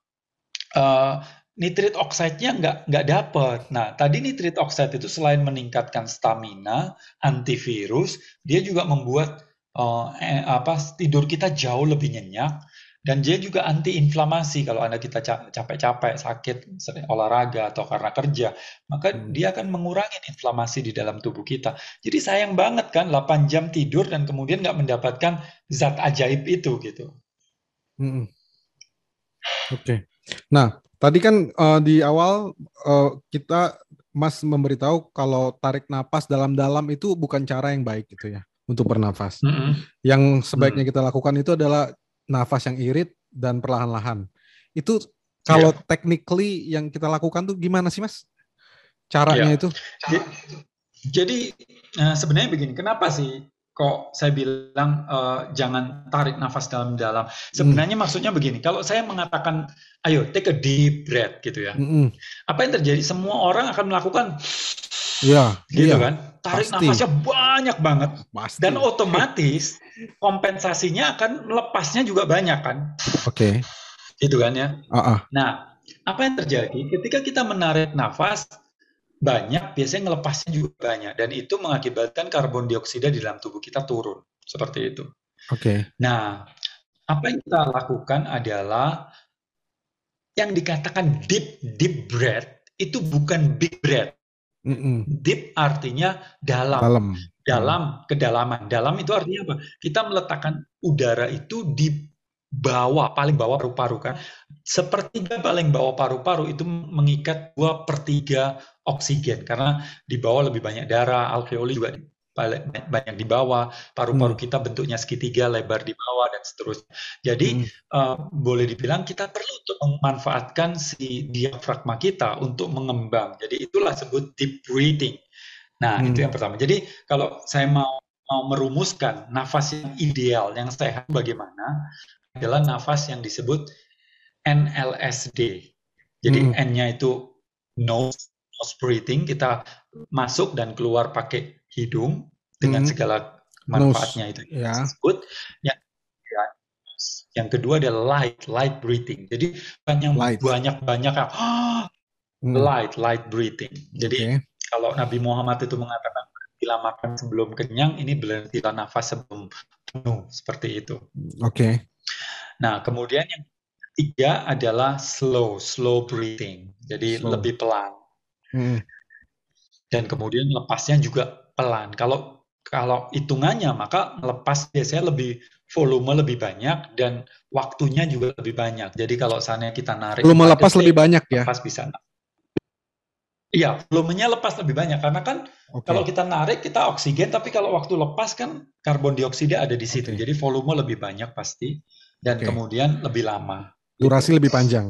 uh, nitrit oxide-nya nggak nggak dapet. Nah, tadi nitrit oxide itu selain meningkatkan stamina, antivirus, dia juga membuat uh, eh, apa tidur kita jauh lebih nyenyak. Dan dia juga anti-inflamasi kalau Anda kita ca- capek-capek, sakit, sering olahraga atau karena kerja, maka Mm. dia akan mengurangi inflamasi di dalam tubuh kita. Jadi sayang banget kan delapan jam tidur dan kemudian nggak mendapatkan zat ajaib itu gitu. Mm-mm. Oke. Nah, tadi kan eh, di awal eh, kita Mas memberitahu kalau tarik napas dalam-dalam itu bukan cara yang baik gitu ya untuk bernafas. Mm-mm. Yang sebaiknya Hmm. kita lakukan itu adalah nafas yang irit dan perlahan-lahan. Itu Iya. kalau technically yang kita lakukan tuh gimana sih Mas? Caranya Iya. itu? Jadi, jadi eh, sebenarnya begini, kenapa sih kok saya bilang eh, jangan tarik nafas dalam-dalam? Sebenarnya maksudnya begini, kalau saya mengatakan, ayo take a deep breath gitu ya, Mm-mm. apa yang terjadi? Semua orang akan melakukan Ya, gitu iya, kan, tarik pasti, nafasnya banyak banget, dan pasti. otomatis kompensasinya akan lepasnya juga banyak kan, Oke. gitu kan ya. Ah, ah. Nah, apa yang terjadi ketika kita menarik nafas banyak, biasanya ngelepasnya juga banyak, dan itu mengakibatkan karbon dioksida di dalam tubuh kita turun seperti itu. Oke. Nah, apa yang kita lakukan adalah yang dikatakan deep deep breath itu bukan big breath. Mm-mm. Deep artinya dalam, Dalam. dalam kedalaman. Dalam itu artinya apa? Kita meletakkan udara itu di bawah, paling bawah paru-paru kan. Sepertiga paling bawah paru-paru itu mengikat dua per tiga oksigen. Karena di bawah lebih banyak darah, alveoli juga banyak di bawah, paru-paru Mm. kita bentuknya segitiga, lebar di bawah, dan seterusnya. Jadi Mm. uh, boleh dibilang kita perlu untuk memanfaatkan si diafragma kita untuk mengembang. Jadi itulah sebut deep breathing. Nah, Mm. itu yang pertama. Jadi kalau saya mau mau merumuskan nafas yang ideal, yang sehat bagaimana, adalah nafas yang disebut N L S D. Jadi Mm. N-nya itu nose, nose breathing, kita masuk dan keluar pakai hidung dengan Mm. segala manfaatnya itu ya. disebut. Yang, ya, yang kedua adalah light, light breathing. Jadi yang Light. banyak-banyak Mm. light, light breathing. Jadi Okay. kalau Nabi Muhammad itu mengatakan berhentilah makan sebelum kenyang, ini berhentilah nafas sebelum penuh, seperti itu. Oke. Okay. Nah, kemudian yang ketiga adalah slow, slow breathing. Jadi Slow. lebih pelan. Mm. Dan kemudian lepasnya juga pelan. Kalau kalau hitungannya maka lepas biasanya lebih volume lebih banyak dan waktunya juga lebih banyak. Jadi kalau misalnya kita narik volume lepas detik, lebih banyak ya. lepas bisa Iya, volumenya lepas lebih banyak karena kan Oke, kalau kita narik kita oksigen, tapi kalau waktu lepas kan karbon dioksida ada di situ. oke, Jadi volume lebih banyak pasti dan oke. kemudian lebih lama Durasi gitu. lebih panjang.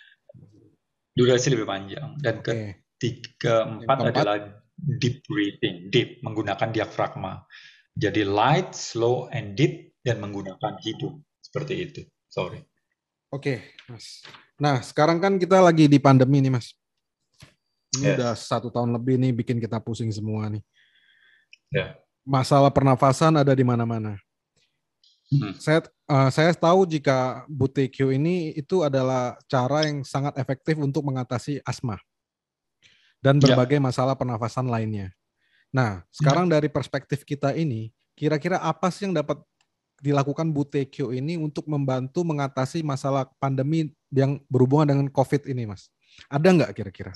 Durasi lebih panjang. Dan Oke. ketiga, Yang keempat keempat, adalah deep breathing, deep menggunakan diafragma. Jadi light, slow, and deep dan menggunakan hidung seperti itu. Sorry. oke, Mas. Nah, sekarang kan kita lagi di pandemi nih, Mas. Ini udah Yes. satu tahun lebih nih bikin kita pusing semua nih. Ya. Masalah pernafasan ada di mana-mana. Hmm. Saya eh, saya tahu jika Buteyko ini itu adalah cara yang sangat efektif untuk mengatasi asma dan Ya. berbagai masalah pernafasan lainnya. Nah, Ya. sekarang dari perspektif kita ini, kira-kira apa sih yang dapat dilakukan Buteyko ini untuk membantu mengatasi masalah pandemi yang berhubungan dengan COVID ini, Mas? Ada nggak kira-kira?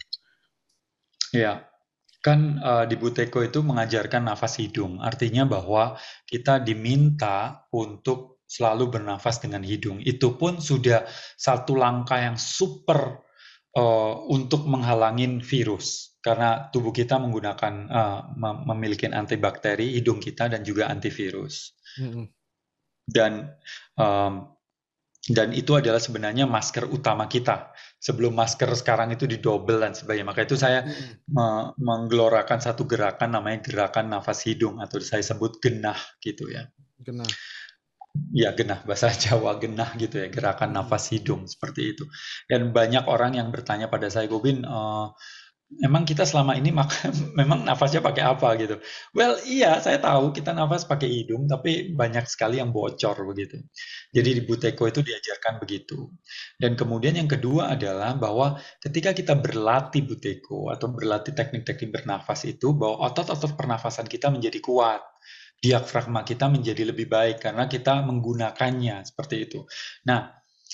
Ya. Kan uh, di Buteyko itu mengajarkan nafas hidung. Artinya bahwa kita diminta untuk selalu bernafas dengan hidung. Itu pun sudah satu langkah yang super uh, untuk menghalangin virus. Karena tubuh kita menggunakan, uh, memiliki antibakteri, hidung kita, dan juga antivirus. Mm-mm. Dan um, dan itu adalah sebenarnya masker utama kita. Sebelum masker sekarang itu didobel dan sebagainya. Maka itu saya Mm-mm. me- menggelorakan satu gerakan namanya gerakan nafas hidung atau saya sebut genah gitu ya. Kena. Ya genah, bahasa Jawa genah gitu ya, gerakan Mm-mm. nafas hidung seperti itu. Dan banyak orang yang bertanya pada saya, Gobin, eh, emang kita selama ini maka memang nafasnya pakai apa gitu. Well, iya, saya tahu kita nafas pakai hidung, tapi banyak sekali yang bocor begitu. Jadi di Mm. Buteyko itu diajarkan begitu. Dan kemudian yang kedua adalah bahwa ketika kita berlatih Buteyko atau berlatih teknik-teknik bernafas itu, bahwa otot-otot pernafasan kita menjadi kuat. Diafragma kita menjadi lebih baik karena kita menggunakannya seperti itu. Nah,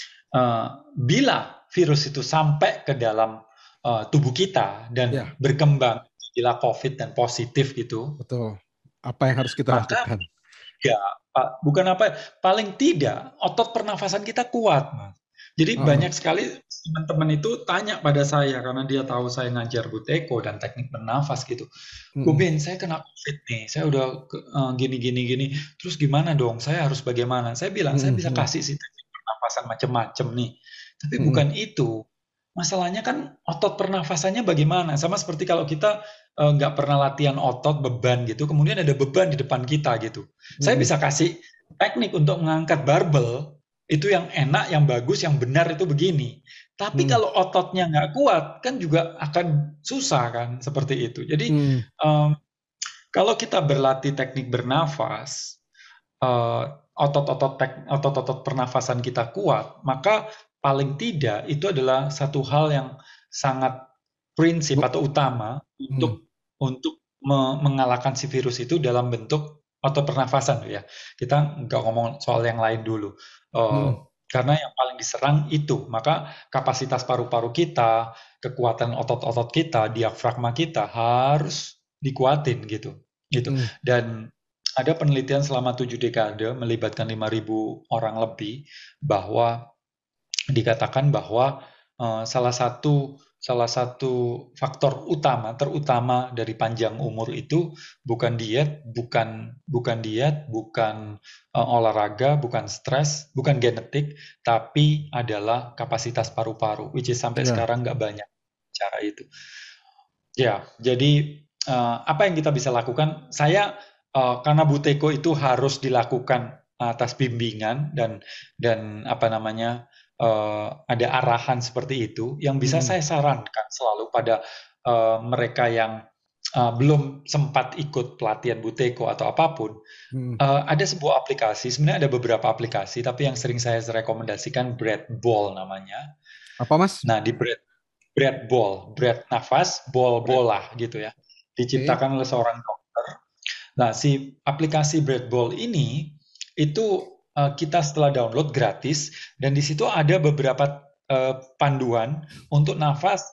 uh, bila virus itu sampai ke dalam uh, tubuh kita dan Ya, berkembang, bila COVID dan positif gitu, betul. Apa yang harus kita maka lakukan? ya, Pak, bukan apa, paling tidak otot pernafasan kita kuat, Mas. Jadi Oh, banyak sekali teman-teman itu tanya pada saya karena dia tahu saya ngajar Buteyko dan teknik bernafas gitu. mm-mm. Gubin, saya kena COVID nih, saya udah uh, gini gini gini. Terus gimana dong? Saya harus bagaimana? Saya bilang saya bisa Mm-mm. kasih sih teknik pernafasan macam-macam nih. Tapi Mm-mm. bukan itu. Masalahnya kan otot pernafasannya bagaimana? Sama seperti kalau kita eh, nggak pernah latihan otot beban gitu, kemudian ada beban di depan kita gitu. Saya Mm-mm. bisa kasih teknik untuk mengangkat barbel itu yang enak, yang bagus, yang benar itu begini. Tapi Mm-mm. kalau ototnya nggak kuat, kan juga akan susah kan seperti itu. Jadi Mm-mm. um, kalau kita berlatih teknik bernafas, eh, otot-otot tek- otot-otot pernafasan kita kuat, maka paling tidak itu adalah satu hal yang sangat prinsip Bu- atau utama mm. untuk untuk me- mengalahkan si virus itu dalam bentuk otot pernafasan ya. Kita nggak ngomong soal yang lain dulu. Eh, Mm. karena yang paling diserang itu, maka kapasitas paru-paru kita, kekuatan otot-otot kita, diafragma kita harus dikuatin gitu. Gitu. Mm. Dan ada penelitian selama tujuh dekade melibatkan lima ribu orang lebih bahwa dikatakan bahwa uh, salah satu salah satu faktor utama terutama dari panjang umur itu bukan diet, bukan bukan diet, bukan uh, olahraga, bukan stres, bukan genetik, tapi adalah kapasitas paru-paru, which is sampai Ya, sekarang nggak banyak cara itu. Ya, jadi uh, apa yang kita bisa lakukan? Saya uh, karena Buteyko itu harus dilakukan atas bimbingan dan dan apa namanya uh, ada arahan seperti itu. Yang bisa mm-mm. saya sarankan selalu pada uh, mereka yang uh, belum sempat ikut pelatihan Buteyko atau apapun, Mm-mm. uh, ada sebuah aplikasi. Sebenarnya ada beberapa aplikasi, tapi yang sering saya rekomendasikan Breath Ball namanya. Apa, Mas? Nah, di Breath bread ball, bread nafas, ball Bread. bola gitu ya. Oke. Diciptakan oleh seorang dokter. Nah, si aplikasi bread ball ini itu uh, kita setelah download gratis dan di situ ada beberapa uh, panduan untuk nafas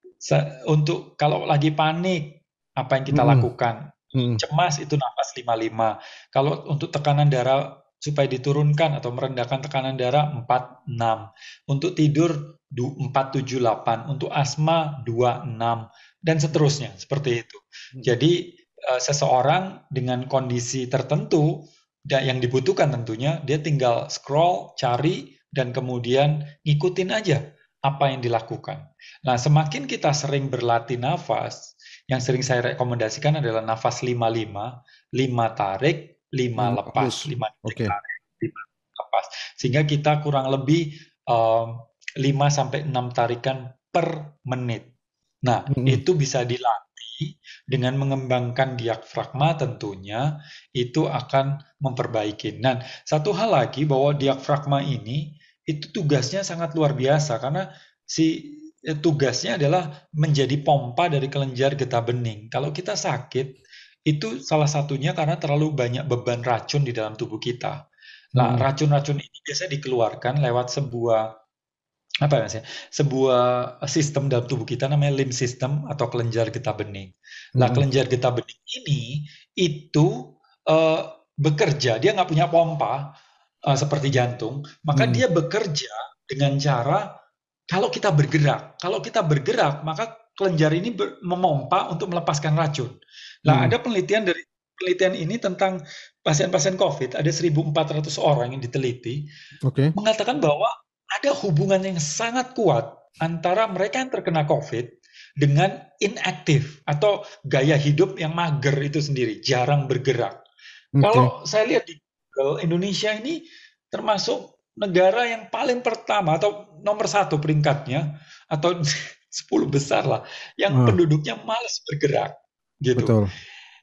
untuk kalau lagi panik apa yang kita Mm-mm. lakukan. Mm-mm. Cemas itu nafas lima puluh lima. Kalau untuk tekanan darah supaya diturunkan atau merendahkan tekanan darah empat enam. Untuk tidur empat tujuh delapan, untuk asma dua enam dan seterusnya seperti itu. Mm-mm. Jadi uh, seseorang dengan kondisi tertentu dan yang dibutuhkan tentunya dia tinggal scroll, cari dan kemudian ngikutin aja apa yang dilakukan. Nah, semakin kita sering berlatih nafas, yang sering saya rekomendasikan adalah nafas lima lima, lima tarik, lima Lima lepas, halus. lima detik Oke. tarik, lima lepas. Sehingga kita kurang lebih um, lima sampai enam tarikan per menit. Nah, Mm-mm. itu bisa dilatih dengan mengembangkan diafragma tentunya, itu akan memperbaiki. Dan satu hal lagi bahwa diafragma ini, itu tugasnya sangat luar biasa, karena si eh, tugasnya adalah menjadi pompa dari kelenjar getah bening. Kalau kita sakit, itu salah satunya karena terlalu banyak beban racun di dalam tubuh kita. Nah, Mm-mm. racun-racun ini biasanya dikeluarkan lewat sebuah apa ya, Mas, ya, sebuah sistem dalam tubuh kita namanya limb system atau kelenjar getah bening. Nah, Mm-mm. kelenjar getah bening ini itu eh, bekerja, dia nggak punya pompa eh, seperti jantung, maka Mm-mm. dia bekerja dengan cara kalau kita bergerak. Kalau kita bergerak, maka kelenjar ini ber- memompa untuk melepaskan racun. Nah, Mm-mm. ada penelitian dari penelitian ini tentang pasien-pasien COVID, ada seribu empat ratus orang yang diteliti, Oke. mengatakan bahwa ada hubungan yang sangat kuat antara mereka yang terkena COVID dengan inaktif atau gaya hidup yang mager itu sendiri, jarang bergerak. Oke. Kalau saya lihat di Google, Indonesia ini termasuk negara yang paling pertama atau nomor satu peringkatnya, atau sepuluh besar lah, yang Ah, penduduknya malas bergerak gitu. betul.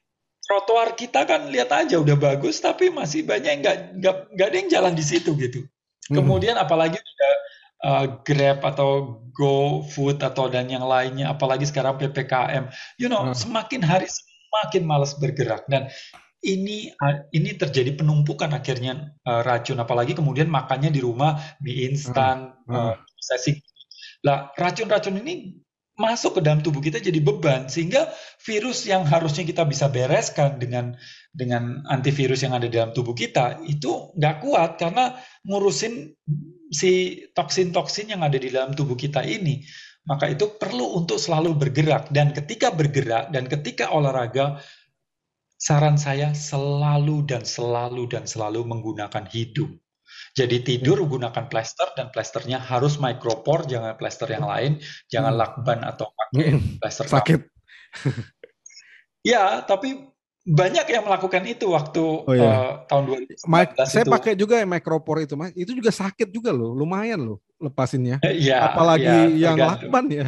Trotoar kita kan lihat aja udah bagus, tapi masih banyak yang nggak nggak nggak ada yang jalan di situ gitu. Mm-mm. Kemudian apalagi ada uh, Grab atau GoFood atau dan yang lainnya, apalagi sekarang P P K M, you know, Ah, semakin hari semakin malas bergerak dan ini uh, ini terjadi penumpukan akhirnya uh, racun, apalagi kemudian makannya di rumah mie ah, instan, uh, ah. sesi. Lah, racun-racun ini masuk ke dalam tubuh kita jadi beban sehingga virus yang harusnya kita bisa bereskan dengan dengan antivirus yang ada di dalam tubuh kita itu nggak kuat karena ngurusin si toksin-toksin yang ada di dalam tubuh kita ini. Maka itu perlu untuk selalu bergerak dan ketika bergerak dan ketika olahraga, saran saya selalu dan selalu dan selalu menggunakan hidung. Jadi Oke. tidur gunakan plester dan plesternya harus micropore, jangan plester yang lain, jangan Mm-mm. lakban atau Mm-mm. pakai plester kamu. Sakit. Ya, tapi banyak yang melakukan itu waktu Oh ya. uh, tahun dua ribu sembilan Mike, belas saya itu. pakai juga yang micropore itu, Mas. Itu juga sakit juga loh, lumayan loh lepasinnya. Ya, ya Apalagi yang tergantung. lakban ya.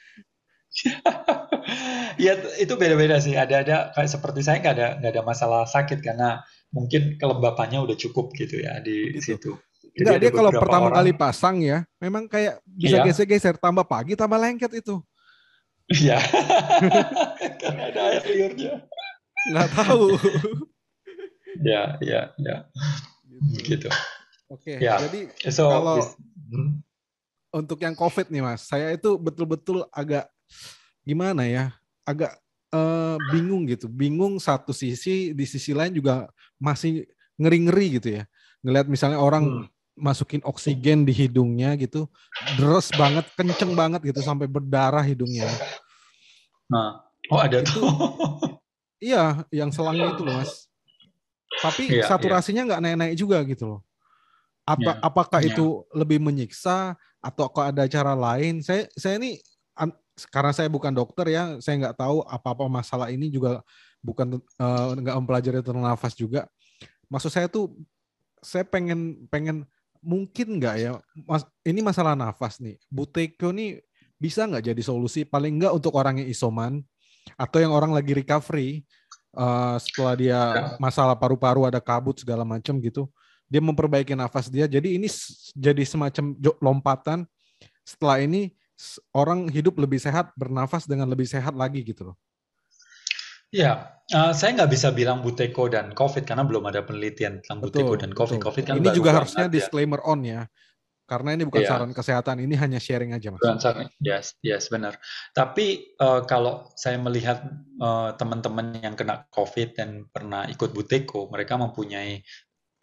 Ya itu beda-beda sih. Ada-ada kayak seperti saya nggak ada nggak ada masalah sakit karena mungkin kelembapannya udah cukup gitu ya di Begitu. situ. Jadi Enggak, ada dia kalau beberapa pertama kali orang, pasang ya, memang kayak bisa iya, geser-geser, tambah pagi tambah lengket itu. iya, karena ada air liurnya. Nggak tahu. Ya, ya, ya, Gitu. gitu. Oke, Ya, jadi so, kalau bis- hmm, untuk yang COVID nih Mas, saya itu betul-betul agak gimana ya, agak eh, bingung gitu. Bingung satu sisi, di sisi lain juga masih ngeri-ngeri gitu ya. Ngelihat misalnya orang hmm, masukin oksigen di hidungnya gitu, deres banget, kenceng banget gitu sampai berdarah hidungnya. nah, oh ada tuh. Itu iya, yang selangnya itu loh Mas. Tapi Iya, iya, saturasinya nggak naik-naik juga gitu loh. Apa iya, apakah iya. itu lebih menyiksa atau kok ada cara lain? Saya saya ini an- karena saya bukan dokter ya, saya nggak tahu apa-apa masalah ini juga bukan eh, nggak mempelajari tentang nafas juga. Maksud saya tuh saya pengen pengen mungkin nggak ya mas, ini masalah nafas nih. Buteyko nih bisa nggak jadi solusi paling nggak untuk orang yang isoman atau yang orang lagi recovery eh, setelah dia Ya. masalah paru-paru ada kabut segala macam gitu, dia memperbaiki nafas dia. Jadi ini s- jadi semacam jo- lompatan setelah ini s- orang hidup lebih sehat, bernafas dengan lebih sehat lagi gitu loh. Ya, eh, saya nggak bisa bilang Buteko dan COVID karena belum ada penelitian tentang Buteko Betul, dan COVID. betul. COVID kan Ini baru juga harusnya banget ya. disclaimer on ya, karena ini bukan Iya, saran kesehatan, ini hanya sharing aja mas. Beransar, yes, yes, benar. Tapi eh, kalau saya melihat eh, teman-teman yang kena COVID dan pernah ikut Buteko, mereka mempunyai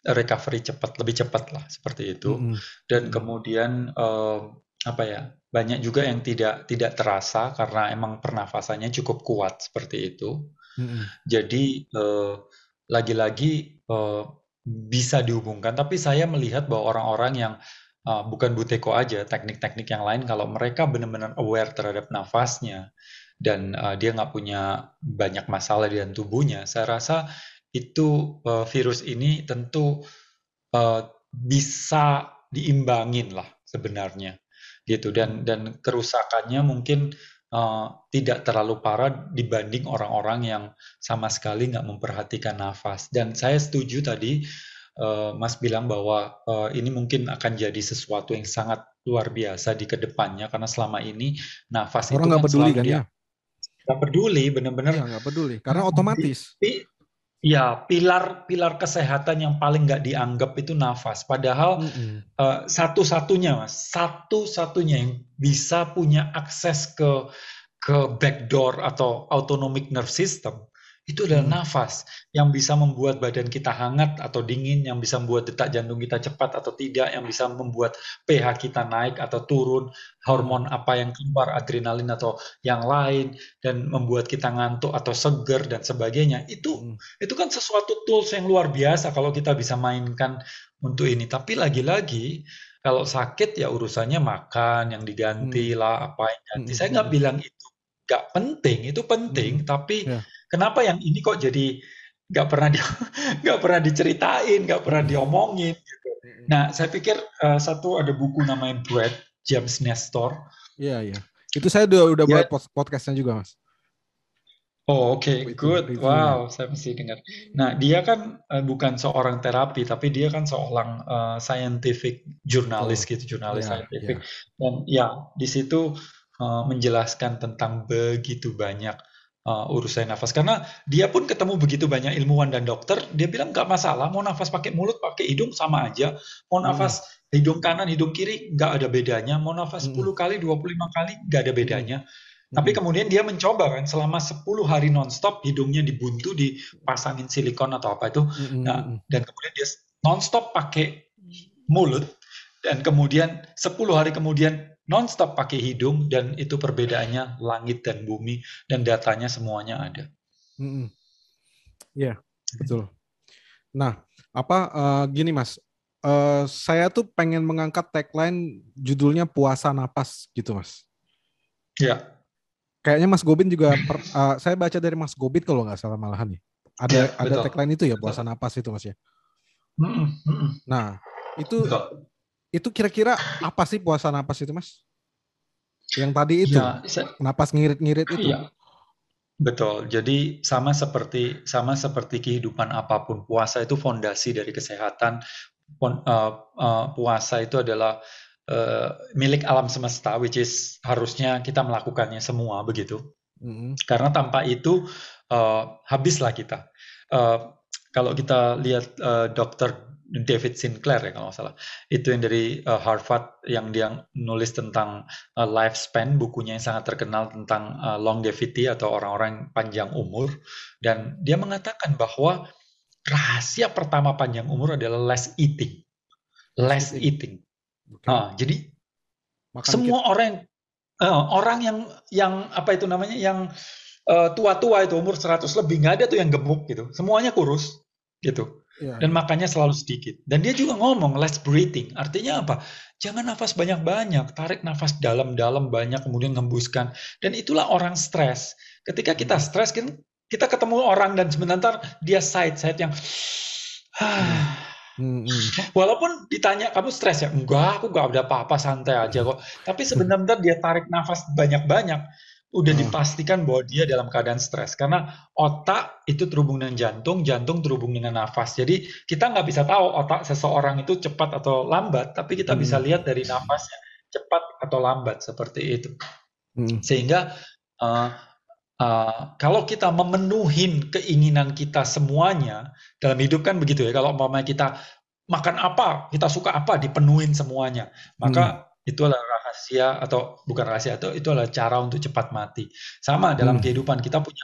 recovery cepat, lebih cepat lah seperti itu. Mm-mm. Dan Mm-mm. kemudian eh, apa ya, banyak juga yang tidak tidak terasa karena emang pernafasannya cukup kuat seperti itu. Mm-mm. Jadi eh, lagi-lagi eh, bisa dihubungkan, tapi saya melihat bahwa orang-orang yang uh, bukan Buteyko aja, teknik-teknik yang lain, kalau mereka benar-benar aware terhadap nafasnya dan uh, dia nggak punya banyak masalah di dalam tubuhnya, saya rasa itu uh, virus ini tentu uh, bisa diimbangin lah sebenarnya gitu, dan dan kerusakannya mungkin uh, tidak terlalu parah dibanding orang-orang yang sama sekali nggak memperhatikan nafas. Dan saya setuju tadi uh, Mas bilang bahwa uh, ini mungkin akan jadi sesuatu yang sangat luar biasa di kedepannya, karena selama ini nafas Orang itu nggak kan peduli selalu kan dia ya? nggak peduli, benar-benar Iya nggak peduli karena otomatis. ya, pilar pilar kesehatan yang paling nggak dianggap itu nafas. Padahal Mm-mm. uh, satu-satunya, Mas, satu-satunya yang bisa punya akses ke ke backdoor atau autonomic nerve system itu adalah Mm-mm. nafas yang bisa membuat badan kita hangat atau dingin, yang bisa membuat detak jantung kita cepat atau tidak, yang bisa membuat pH kita naik atau turun, hormon apa yang keluar, adrenalin atau yang lain, dan membuat kita ngantuk atau seger dan sebagainya. Itu Mm-mm. itu kan sesuatu tools yang luar biasa kalau kita bisa mainkan untuk ini. Tapi lagi-lagi kalau sakit ya urusannya makan yang diganti Mm-mm. lah, apa yang ganti. Saya nggak Mm-mm. bilang itu nggak penting, itu penting. Mm-mm. Tapi Ya. kenapa yang ini kok jadi nggak pernah di, nggak pernah diceritain, nggak pernah Mm-mm. diomongin gitu. Mm-mm. Nah, saya pikir uh, satu ada buku namanya Bread, James Nestor. Iya iya. Itu saya udah udah Ya, buat podcastnya juga Mas. oh, oke, Buku itu good. reviewnya. Wow, saya mesti dengar. Nah, dia kan uh, bukan seorang terapi, tapi dia kan seorang uh, scientific Betul. jurnalis gitu, jurnalis Ya scientific. ya. Dan ya, di situ uh, menjelaskan tentang begitu banyak uh, urusan nafas. Karena dia pun ketemu begitu banyak ilmuwan dan dokter, dia bilang nggak masalah, mau nafas pakai mulut, pakai hidung sama aja. Mau Mm-mm. nafas hidung kanan, hidung kiri, nggak ada bedanya. Mau nafas Mm-mm. sepuluh kali, dua puluh lima kali, nggak ada Mm-mm. bedanya. Tapi Mm-mm. kemudian dia mencoba kan selama sepuluh hari nonstop, hidungnya dibuntu, dipasangin silikon atau apa itu. Nah, Mm-mm. dan kemudian dia nonstop pakai mulut, dan kemudian sepuluh hari kemudian nonstop pakai hidung, dan itu perbedaannya langit dan bumi, dan datanya semuanya ada. Mm-mm. Iya, betul. Nah, apa uh, gini Mas, uh, saya tuh pengen mengangkat tagline judulnya puasa napas gitu Mas. Ya, Kayaknya Mas Gobin juga, per, uh, saya baca dari Mas Gobin kalau nggak salah malahan nih. Ada ya, ada betul. tagline itu ya, Betul. puasa napas itu Mas ya. Mm-mm, mm-mm. Nah, itu Betul. itu kira-kira apa sih puasa napas itu Mas? Yang tadi itu, Ya, saya, napas ngirit-ngirit itu. ya. Betul. Jadi sama seperti sama seperti kehidupan apapun, puasa itu fondasi dari kesehatan. Pon, uh, uh, puasa itu adalah uh, milik alam semesta, which is harusnya kita melakukannya semua begitu. Mm-hmm. Karena tanpa itu uh, habislah kita. Uh, kalau kita lihat uh, dokter David Sinclair ya kalau nggak salah, itu yang dari uh, Harvard yang dia nulis tentang uh, lifespan, bukunya yang sangat terkenal tentang uh, longevity atau orang-orang panjang umur, dan dia mengatakan bahwa rahasia pertama panjang umur adalah less eating, less, less eating. eating. Okay. Uh, jadi Makan semua dikit. orang uh, orang yang yang apa itu namanya yang uh, tua-tua itu umur seratus lebih, nggak ada tuh yang gemuk gitu, semuanya kurus gitu. Ya, dan ya. Makannya selalu sedikit. Dan dia juga ngomong less breathing. Artinya apa? Jangan nafas banyak-banyak, tarik nafas dalam-dalam banyak, kemudian ngembuskan. Dan itulah orang stres. Ketika kita stres, kan kita ketemu orang dan sebentar dia side-side yang hmm. Walaupun ditanya kamu stres ya? Enggak, aku nggak ada apa-apa, santai aja kok. Tapi sebentar dia tarik nafas banyak-banyak, udah dipastikan bahwa dia dalam keadaan stres. Karena otak itu terhubung dengan jantung, jantung terhubung dengan nafas. Jadi kita nggak bisa tahu otak seseorang itu cepat atau lambat, tapi kita bisa lihat dari nafasnya cepat atau lambat seperti itu. Sehingga uh, uh, kalau kita memenuhi keinginan kita semuanya dalam hidup kan begitu ya. Kalau umpamanya kita makan apa, kita suka apa, dipenuhin semuanya, maka hmm. itu adalah rahasia atau bukan rahasia, atau itu adalah cara untuk cepat mati. Sama dalam hmm. kehidupan kita punya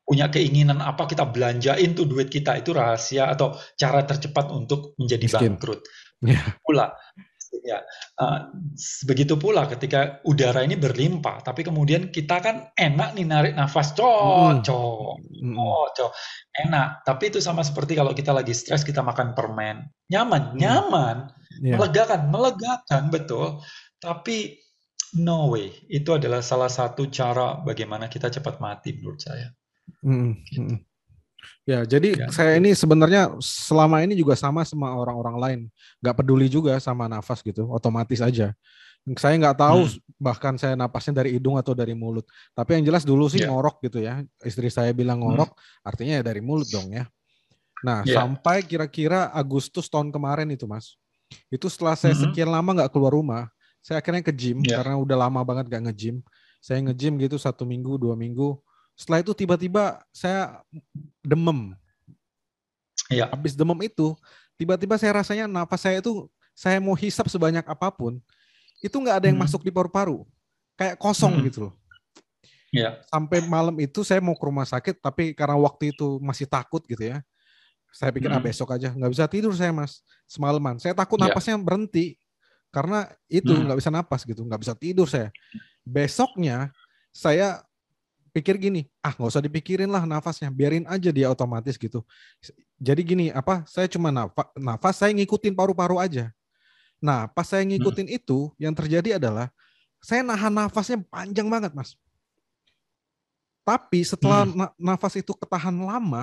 punya keinginan apa kita belanjain tuh duit kita, itu rahasia atau cara tercepat untuk menjadi Miskin. bangkrut. Ya. Pula ya, uh, begitu pula ketika udara ini berlimpah, tapi kemudian kita kan enak nih narik nafas, Mm-mm. cocok, Mm-mm. cocok, enak. Tapi itu sama seperti kalau kita lagi stres, kita makan permen, nyaman, Mm-mm. nyaman, Ya. melegakan, melegakan, betul. Tapi no way, itu adalah salah satu cara bagaimana kita cepat mati menurut saya. Mm-mm. Gitu. Mm-mm. Ya, jadi Ya, saya gitu. ini sebenarnya selama ini juga sama sama orang-orang lain, nggak peduli juga sama nafas gitu, otomatis aja. Saya nggak tahu Hmm, bahkan saya napasnya dari hidung atau dari mulut. Tapi yang jelas dulu sih ya, ngorok gitu ya. Istri saya bilang hmm, ngorok, artinya ya dari mulut dong ya. Nah, ya, sampai kira-kira Agustus tahun kemarin itu, Mas. Itu setelah saya hmm, sekian lama nggak keluar rumah, saya akhirnya ke gym ya, karena udah lama banget nggak nge-gym. Saya nge-gym gitu satu minggu, dua minggu. Setelah itu tiba-tiba saya demam. ya, Habis demam itu, tiba-tiba saya rasanya nafas saya itu, saya mau hisap sebanyak apapun, itu nggak ada yang masuk hmm, di paru-paru. Kayak kosong hmm, gitu loh. ya, Sampai malam itu saya mau ke rumah sakit, tapi karena waktu itu masih takut gitu ya. Saya pikir ah hmm, besok aja. Nggak bisa tidur saya mas, semalaman. Saya takut ya, napasnya berhenti. Karena itu hmm, nggak bisa napas gitu, nggak bisa tidur saya. Besoknya saya pikir gini, ah nggak usah dipikirin lah nafasnya, biarin aja dia otomatis gitu. Jadi gini, apa? Saya cuma nafas, nafas saya ngikutin paru-paru aja. Nah, pas saya hmm, ngikutin itu, yang terjadi adalah saya nahan nafasnya panjang banget, Mas. Tapi setelah hmm, na- nafas itu ketahan lama,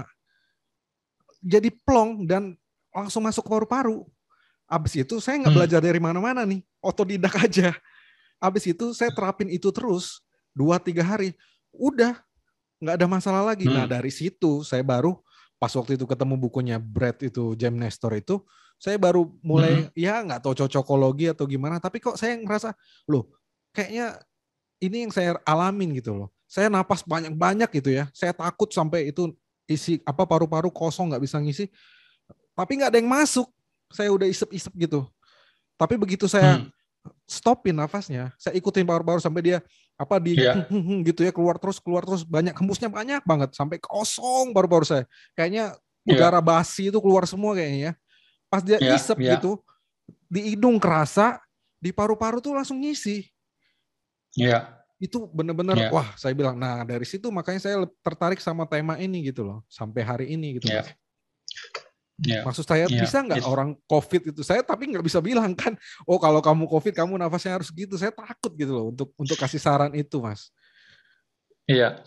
jadi plong dan langsung masuk ke paru-paru. Abis itu saya nggak hmm, belajar dari mana-mana nih, otodidak aja. Abis itu saya terapin itu terus dua tiga hari, udah nggak ada masalah lagi. Nah hmm, dari situ saya baru pas waktu itu ketemu bukunya Brad itu Jam Nestor itu, saya baru mulai hmm, ya nggak tahu cocokologi atau gimana, tapi kok saya ngerasa loh kayaknya ini yang saya alamin gitu loh. Saya napas banyak-banyak gitu ya. Saya takut sampai itu isi apa paru-paru kosong nggak bisa ngisi. Tapi nggak ada yang masuk. Saya udah isep-isep gitu. Tapi begitu saya hmm, stopin nafasnya, saya ikutin paru-paru sampai dia apa di ya, gitu ya keluar terus keluar terus banyak hembusnya banyak banget sampai kosong paru-paru saya. Kayaknya udara ya, basi itu keluar semua kayaknya ya. Pas dia ya, isep ya, gitu, di hidung kerasa, di paru-paru tuh langsung ngisi. ya, Itu benar-benar ya, wah saya bilang nah dari situ makanya saya tertarik sama tema ini gitu loh sampai hari ini gitu ya, mas. ya, Maksud saya ya, bisa nggak it- orang COVID itu saya tapi nggak bisa bilang kan oh kalau kamu COVID kamu nafasnya harus gitu saya takut gitu loh untuk untuk kasih saran itu mas. iya.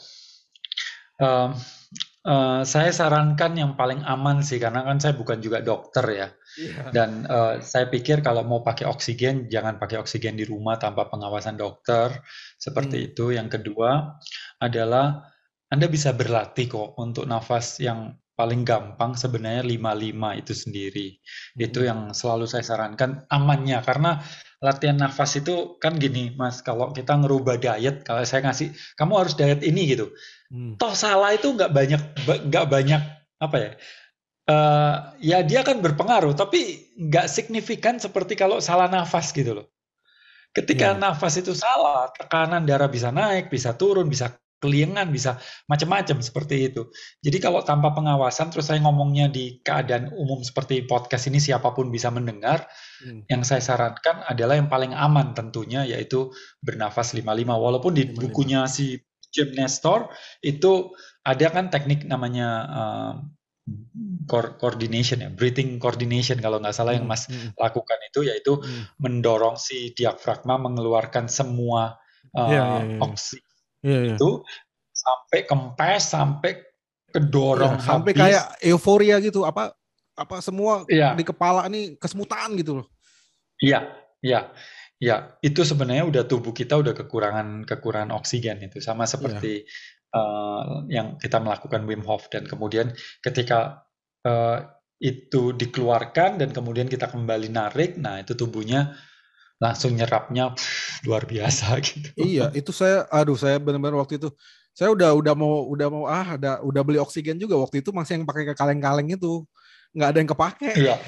Em, eh, saya sarankan yang paling aman sih, karena kan saya bukan juga dokter ya. Iya. Dan eh, saya pikir kalau mau pakai oksigen, jangan pakai oksigen di rumah tanpa pengawasan dokter. Hmm. Seperti itu. Yang kedua adalah Anda bisa berlatih kok untuk nafas yang paling gampang sebenarnya lima lima itu sendiri. Itu Hmm. yang selalu saya sarankan amannya, karena latihan nafas itu kan gini Mas, kalau kita ngerubah diet, kalau saya ngasih kamu harus diet ini gitu. Hmm. Toh salah itu nggak banyak nggak banyak apa ya? Eh, ya dia akan berpengaruh, tapi nggak signifikan seperti kalau salah nafas gitu loh. Ketika Iya. nafas itu salah, tekanan darah bisa naik, bisa turun, bisa keliengan, bisa macam-macam seperti itu. Jadi kalau tanpa pengawasan, terus saya ngomongnya di keadaan umum seperti podcast ini, siapapun bisa mendengar, Hmm. yang saya sarankan adalah yang paling aman tentunya, yaitu bernafas lima lima. Walaupun di lima lima. bukunya si Jim Nestor, itu ada kan teknik namanya uh, coordination ya, breathing coordination kalau nggak salah yang Hmm. Mas Hmm. lakukan itu, yaitu Hmm. mendorong si diafragma mengeluarkan semua Iya iya uh, iya. oksigen Iya iya. itu sampai kempes, sampai Iya, kedorong sampai kayak habis. euforia gitu apa apa semua di Iya, kepala ini kesemutan gitu loh. iya, iya, iya. Itu sebenarnya udah tubuh kita udah kekurangan kekurangan oksigen itu, sama Iya. seperti uh, yang kita melakukan Wim Hof, dan kemudian ketika uh, itu dikeluarkan dan kemudian kita kembali narik, nah itu tubuhnya langsung nyerapnya pff, luar biasa gitu. Iya, itu saya aduh saya benar-benar waktu itu saya udah udah mau udah mau ah ada udah beli oksigen juga waktu itu masih yang pakai ke kaleng-kaleng itu. Nggak ada yang kepake. Iya.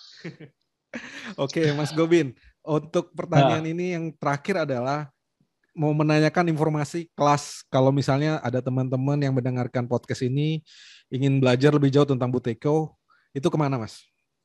Oke, Mas Gobin. Untuk pertanyaan Nah, ini yang terakhir adalah mau menanyakan informasi kelas kalau misalnya ada teman-teman yang mendengarkan podcast ini ingin belajar lebih jauh tentang Buteyko, itu kemana Mas?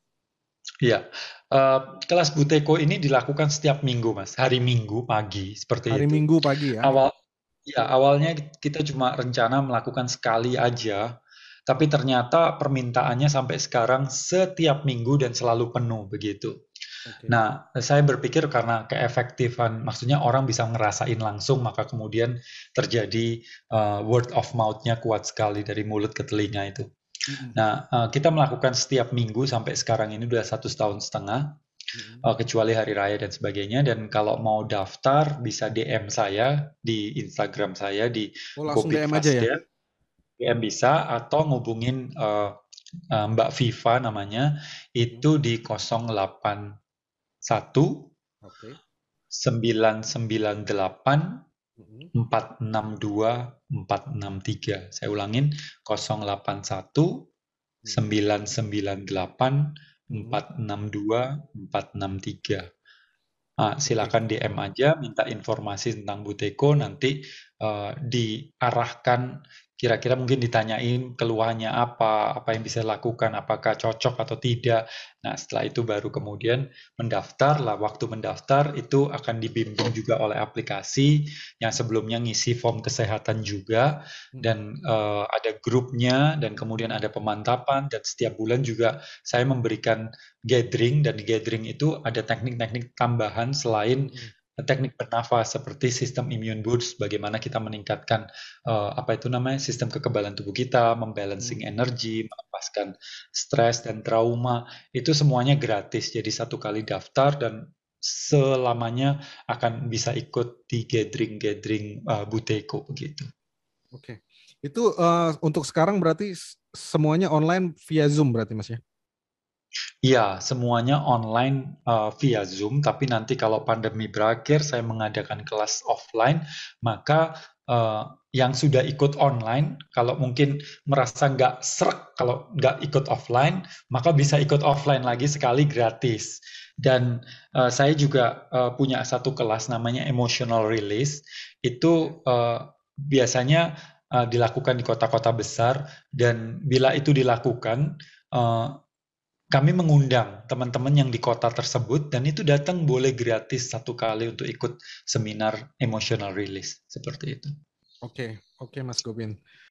Iya, eh, kelas Buteyko ini dilakukan setiap minggu, Mas. Hari Minggu pagi, seperti Hari itu. Minggu pagi ya? Awal, ya awalnya kita cuma rencana melakukan sekali aja, tapi ternyata permintaannya sampai sekarang setiap minggu dan selalu penuh begitu. Oke. Nah, saya berpikir karena keefektifan, maksudnya orang bisa ngerasain langsung, maka kemudian terjadi uh, word of mouth-nya kuat sekali dari mulut ke telinga itu. Mm-mm. Nah, uh, kita melakukan setiap minggu sampai sekarang ini udah satu tahun setengah, Mm-mm. uh, kecuali hari raya dan sebagainya. Dan kalau mau daftar, bisa D M saya di Instagram saya di Oh langsung D Gobin M aja ya? Fasdev, D M bisa, atau ngubungin uh, uh, Mbak Viva namanya, Mm-mm. itu di nol delapan satu Oke. sembilan sembilan delapan Mm-mm. empat enam dua empat enam tiga. Saya ulangin nol delapan satu Mm-mm. sembilan sembilan delapan Mm-mm. empat enam dua empat enam tiga. Nah, Oke. silakan D M aja, minta informasi tentang Buteyko, nanti uh, diarahkan, kira-kira mungkin ditanyain keluhannya apa, apa yang bisa dilakukan, apakah cocok atau tidak. Nah, setelah itu baru kemudian mendaftar lah. Waktu mendaftar itu akan dibimbing juga oleh aplikasi yang sebelumnya ngisi form kesehatan juga, Mm-mm. dan uh, ada grupnya, dan kemudian ada pemantapan, dan setiap bulan juga saya memberikan gathering, dan di gathering itu ada teknik-teknik tambahan selain Mm-mm. teknik bernafas seperti sistem immune boost, bagaimana kita meningkatkan uh, apa itu namanya sistem kekebalan tubuh kita, membalancing Mm-mm. energi, melepaskan stres dan trauma, itu semuanya gratis. Jadi satu kali daftar dan selamanya akan bisa ikut di gathering-gathering uh, Buteyko begitu. Oke. Itu uh, untuk sekarang berarti semuanya online via Zoom berarti Mas ya? Iya, semuanya online uh, via Zoom, tapi nanti kalau pandemi berakhir, saya mengadakan kelas offline, maka uh, yang sudah ikut online, kalau mungkin merasa nggak srek kalau nggak ikut offline, maka bisa ikut offline lagi sekali gratis. Dan uh, saya juga uh, punya satu kelas namanya Emotional Release, itu uh, biasanya uh, dilakukan di kota-kota besar, dan bila itu dilakukan, uh, kami mengundang teman-teman yang di kota tersebut, dan itu datang boleh gratis satu kali untuk ikut seminar emotional release seperti itu. Oke, oke Mas Gobin.